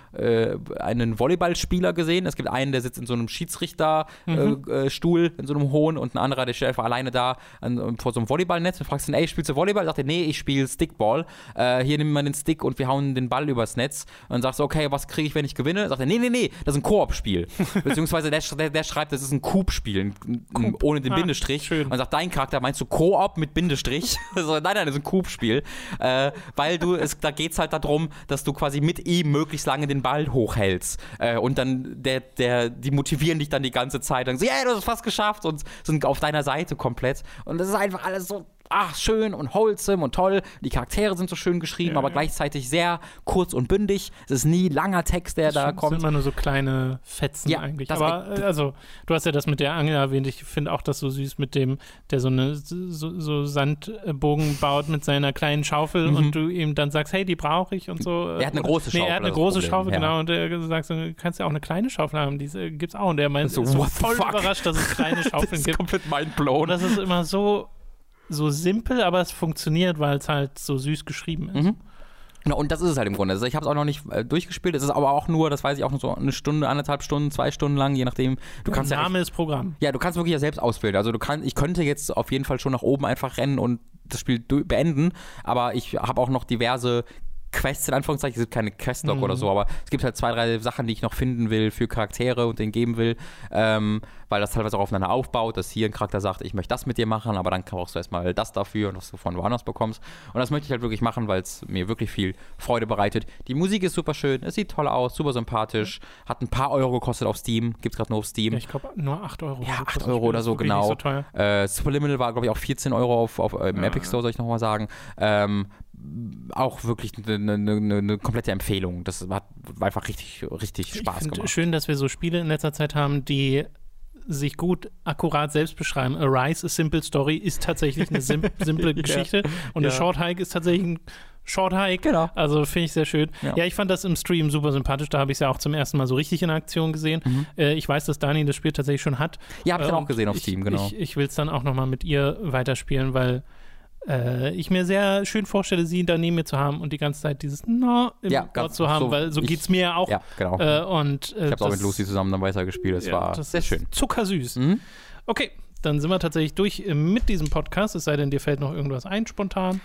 einen Volleyballspieler gesehen. Es gibt einen, der sitzt in so einem Schiedsrichterstuhl, in so einem hohen, und ein anderer, der steht einfach alleine da vor so einem Volleyballnetz und fragst ihn, ey, spielst du Volleyball? Sagt er, nee, ich spiele Stickball. Hier nimmt man den Stick und wir hauen den Ball übers Netz. Und dann sagst du, okay, was kriege ich, wenn ich gewinne? Sagt er, nee, das ist ein Koop-Spiel. Beziehungsweise der schreibt, das ist ein Coop-Spiel, ohne den Bindestrich. Schön. Und sagt, dein Charakter, meinst du Koop mit Bindestrich? Also, nein, das ist ein Coop-Spiel. Weil da geht es halt darum, dass du quasi mit ihm möglichst lange den Ball hochhältst. Und dann die motivieren dich dann die ganze Zeit. Dann so, ja, du hast es fast geschafft und sind auf deiner Seite komplett. Und das ist einfach alles so schön und wholesome und toll. Die Charaktere sind so schön geschrieben, aber gleichzeitig sehr kurz und bündig. Es ist nie langer Text, der da kommt. Das sind immer nur so kleine Fetzen eigentlich. Aber also, du hast ja das mit der Angel erwähnt. Ich finde auch das so süß mit dem, der so Sandbogen baut mit seiner kleinen Schaufel und du ihm dann sagst, hey, die brauche ich und so. Er hat eine große Schaufel. Er hat eine große Schaufel, genau. Und er sagt, du kannst ja auch eine kleine Schaufel haben. Die gibt's auch. Und er meint, so, ist voll überrascht, dass es kleine Schaufeln gibt. Das ist komplett mindblown. Und das ist immer so simpel, aber es funktioniert, weil es halt so süß geschrieben ist. Genau, und das ist es halt im Grunde. Also ich habe es auch noch nicht durchgespielt. Es ist aber auch nur, das weiß ich auch, nur so eine Stunde, 1,5 Stunden, 2 Stunden lang, je nachdem. Name ist Programm. Ja, du kannst wirklich ja selbst auswählen. Also ich könnte jetzt auf jeden Fall schon nach oben einfach rennen und das Spiel beenden, aber ich habe auch noch diverse Quests in Anführungszeichen, es gibt keine Questlog oder so, aber es gibt halt 2, 3 Sachen, die ich noch finden will für Charaktere und denen geben will, weil das teilweise auch aufeinander aufbaut, dass hier ein Charakter sagt, ich möchte das mit dir machen, aber dann brauchst du erstmal das dafür und was du von woanders bekommst. Und das möchte ich halt wirklich machen, weil es mir wirklich viel Freude bereitet. Die Musik ist super schön, es sieht toll aus, super sympathisch, hat ein paar Euro gekostet auf Steam, gibt es gerade nur auf Steam. Ja, ich glaube nur 8 Euro. Ja, 8 Euro oder so, genau. So teuer. Superliminal war, glaube ich, auch 14 Euro auf Epic Store, soll ich nochmal sagen. Auch wirklich eine komplette Empfehlung. Das hat einfach richtig, richtig Spaß gemacht. Schön, dass wir so Spiele in letzter Zeit haben, die sich gut, akkurat selbst beschreiben. Arise, a Simple Story ist tatsächlich eine simple Geschichte und eine Short Hike ist tatsächlich ein Short Hike. Genau. Also finde ich sehr schön. Ja, ich fand das im Stream super sympathisch. Da habe ich es ja auch zum ersten Mal so richtig in Aktion gesehen. Ich weiß, dass Dani das Spiel tatsächlich schon hat. Ja, habe ich dann auch gesehen auf Steam, genau. Ich will es dann auch nochmal mit ihr weiterspielen, weil ich mir sehr schön vorstelle, sie da neben mir zu haben und die ganze Zeit dieses im Ohr zu haben, weil so geht es mir ja auch. Ja, genau. Ich habe es auch mit Lucy zusammen dann weitergespielt. Das war sehr schön. Zuckersüß. Okay, dann sind wir tatsächlich durch mit diesem Podcast, es sei denn, dir fällt noch irgendwas ein, spontan.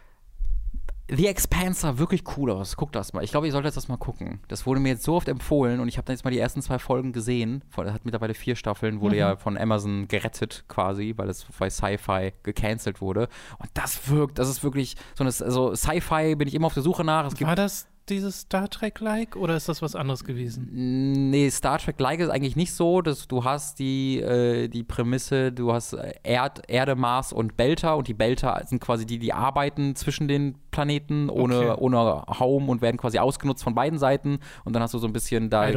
The Expanse sah wirklich cool aus. Guck das mal. Ich glaube, ihr solltet das mal gucken. Das wurde mir jetzt so oft empfohlen und ich habe dann jetzt mal die ersten 2 Folgen gesehen. Das hat mittlerweile 4 Staffeln, wurde ja von Amazon gerettet quasi, weil es bei Sci-Fi gecancelt wurde. Und das ist wirklich so eine, also Sci-Fi bin ich immer auf der Suche nach. War das dieses Star Trek-like oder ist das was anderes gewesen? Nee, Star Trek-like ist eigentlich nicht so. Du hast die Prämisse, du hast Erde, Mars und Belter und die Belter sind quasi die arbeiten zwischen den Planeten ohne Home und werden quasi ausgenutzt von beiden Seiten. Und dann hast du so ein bisschen da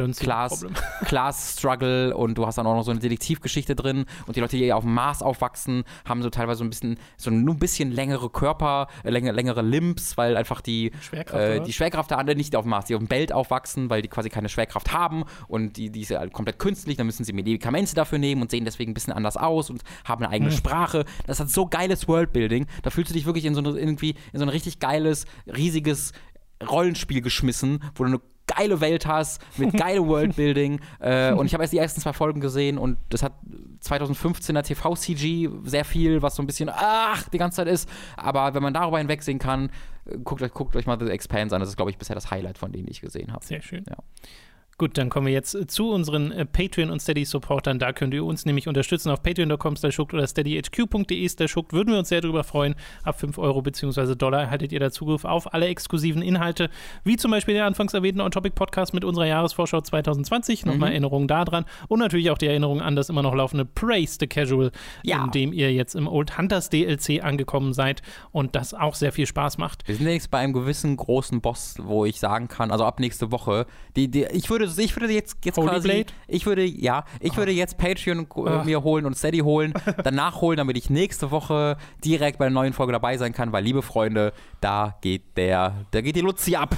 Class-Struggle und du hast dann auch noch so eine Detektivgeschichte drin. Und die Leute, die auf dem Mars aufwachsen, haben so teilweise nur ein bisschen längere Körper, längere Limbs, weil einfach die Schwerkraft da nicht auf dem Mars, die auf dem Belt aufwachsen, weil die quasi keine Schwerkraft haben und die ist ja halt komplett künstlich, dann müssen sie Medikamente dafür nehmen und sehen deswegen ein bisschen anders aus und haben eine eigene Sprache. Das hat so geiles Worldbuilding. Da fühlst du dich wirklich in so ein richtig geiles, riesiges Rollenspiel geschmissen, wo du eine geile Welt hast, mit geilem Worldbuilding. Und ich habe erst die ersten 2 Folgen gesehen und das hat 2015er TV-CG sehr viel, was so ein bisschen die ganze Zeit ist. Aber wenn man darüber hinwegsehen kann, guckt euch mal The Expanse an. Das ist, glaube ich, bisher das Highlight von denen, die ich gesehen habe. Sehr schön. Ja. Gut, dann kommen wir jetzt zu unseren Patreon- und Steady-Supportern. Da könnt ihr uns nämlich unterstützen auf patreon.com/schuckt oder steadyhq.de/schuckt. Würden wir uns sehr darüber freuen. Ab 5 Euro bzw. $, erhaltet ihr da Zugriff auf alle exklusiven Inhalte, wie zum Beispiel den anfangs erwähnten On-Topic-Podcast mit unserer Jahresvorschau 2020. Nochmal Erinnerungen daran. Und natürlich auch die Erinnerung an das immer noch laufende Praise the Casual, in dem ihr jetzt im Old Hunters DLC angekommen seid und das auch sehr viel Spaß macht. Wir sind jetzt bei einem gewissen großen Boss, wo ich sagen kann, also ab nächste Woche, ich würde jetzt quasi, ich würde jetzt Patreon mir holen und Steady holen, danach holen, damit ich nächste Woche direkt bei der neuen Folge dabei sein kann, weil, liebe Freunde, da geht die Luzi ab.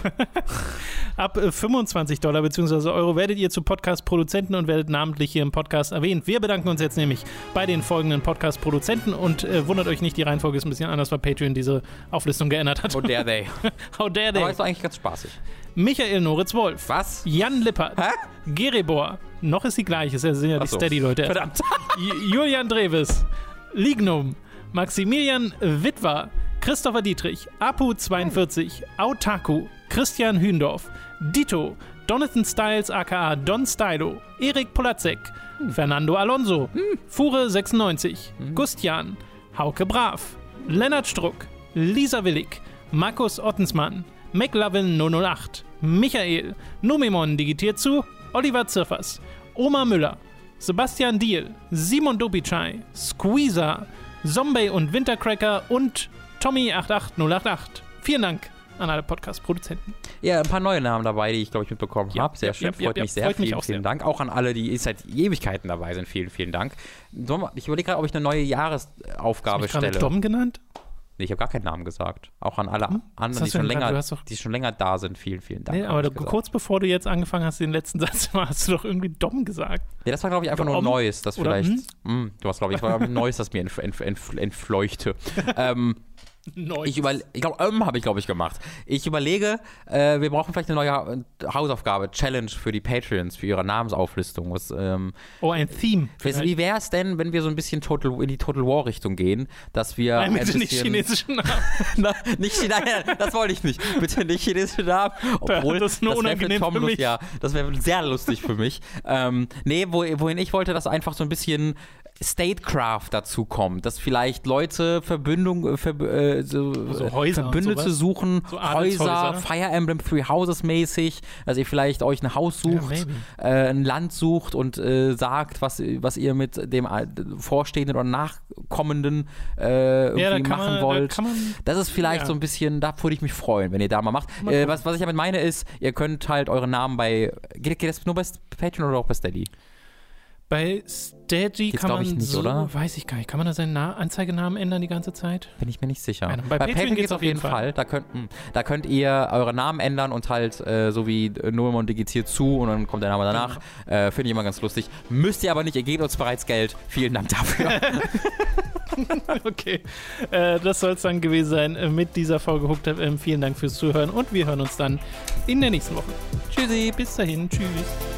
Ab $25 bzw. Euro werdet ihr zu Podcast-Produzenten und werdet namentlich hier im Podcast erwähnt. Wir bedanken uns jetzt nämlich bei den folgenden Podcast-Produzenten und wundert euch nicht, die Reihenfolge ist ein bisschen anders, weil Patreon diese Auflistung geändert hat. How dare they. How dare they. Aber ist doch eigentlich ganz spaßig. Michael Noritz-Wolf. Was? Jan Lippert. Gerebor. Noch ist die gleiche. Das sind ja die Steady-Leute. Verdammt. Julian Dreves. Lignum. Maximilian Witwer. Christopher Dietrich. Apu42. Autaku. Christian Hündorf. Dito. Donathan Styles aka Don Stylo. Erik Polacek. Fernando Alonso. Fure96. Gustian. Hauke Brav. Lennart Struck. Lisa Willig. Markus Ottensmann. McLovin 008, Michael, Numemon digitiert zu, Oliver Zirfers, Oma Müller, Sebastian Diel, Simon Dobichai, Squeezer, Zombie und Wintercracker und Tommy88088. Vielen Dank an alle Podcast-Produzenten. Ja, ein paar neue Namen dabei, die ich, glaube ich, mitbekommen habe. Sehr schön, freut mich sehr. Vielen Dank. Auch an alle, die seit Ewigkeiten dabei sind. Vielen Dank. Ich überlege gerade, ob ich eine neue Jahresaufgabe stelle. Hast du Dom genannt? Nee, ich habe gar keinen Namen gesagt. Auch an alle anderen, die schon länger da sind. Vielen Dank. Nee, aber kurz bevor du jetzt angefangen hast, den letzten Satz, hast du doch irgendwie Dom gesagt. Ja, das war, glaube ich, einfach nur Neues, das vielleicht. Du hast, glaube ich, war Neues, das mir entfleuchte. Ich glaube, habe ich, glaube ich, gemacht. Ich überlege, wir brauchen vielleicht eine neue Hausaufgabe, Challenge für die Patreons, für ihre Namensauflistung. Ein Theme. Wie wäre es denn, wenn wir so ein bisschen in die Total War-Richtung gehen, dass wir bitte nicht chinesischen Namen. Das wollte ich nicht. Bitte nicht chinesische Namen. Obwohl, das ist nur unangenehm für mich. Ja, das wäre sehr lustig für mich. Wohin ich wollte, dass einfach so ein bisschen Statecraft dazu kommt, dass vielleicht Leute Verbündete suchen, so Häuser, Fire Emblem Three Houses mäßig, dass ihr vielleicht euch ein Haus sucht, ein Land sucht und sagt, was ihr mit dem Vorstehenden oder Nachkommenden irgendwie machen wollt. Das ist vielleicht so ein bisschen, da würde ich mich freuen, wenn ihr da mal macht. Was ich damit meine ist, ihr könnt halt eure Namen geht das nur bei Patreon oder auch bei Steady? Bei Steady kann man nicht, oder? Weiß ich gar nicht. Kann man da seinen Anzeigenamen ändern die ganze Zeit? Bin ich mir nicht sicher. Bei Patreon geht es auf jeden Fall. Da könnt ihr eure Namen ändern und halt so wie Numemon digitiert zu und dann kommt der Name danach. Finde ich immer ganz lustig. Müsst ihr aber nicht, ihr gebt uns bereits Geld. Vielen Dank dafür. Okay, das soll es dann gewesen sein mit dieser Folge Hooked FM. Vielen Dank fürs Zuhören und wir hören uns dann in der nächsten Woche. Tschüssi. Bis dahin. Tschüss.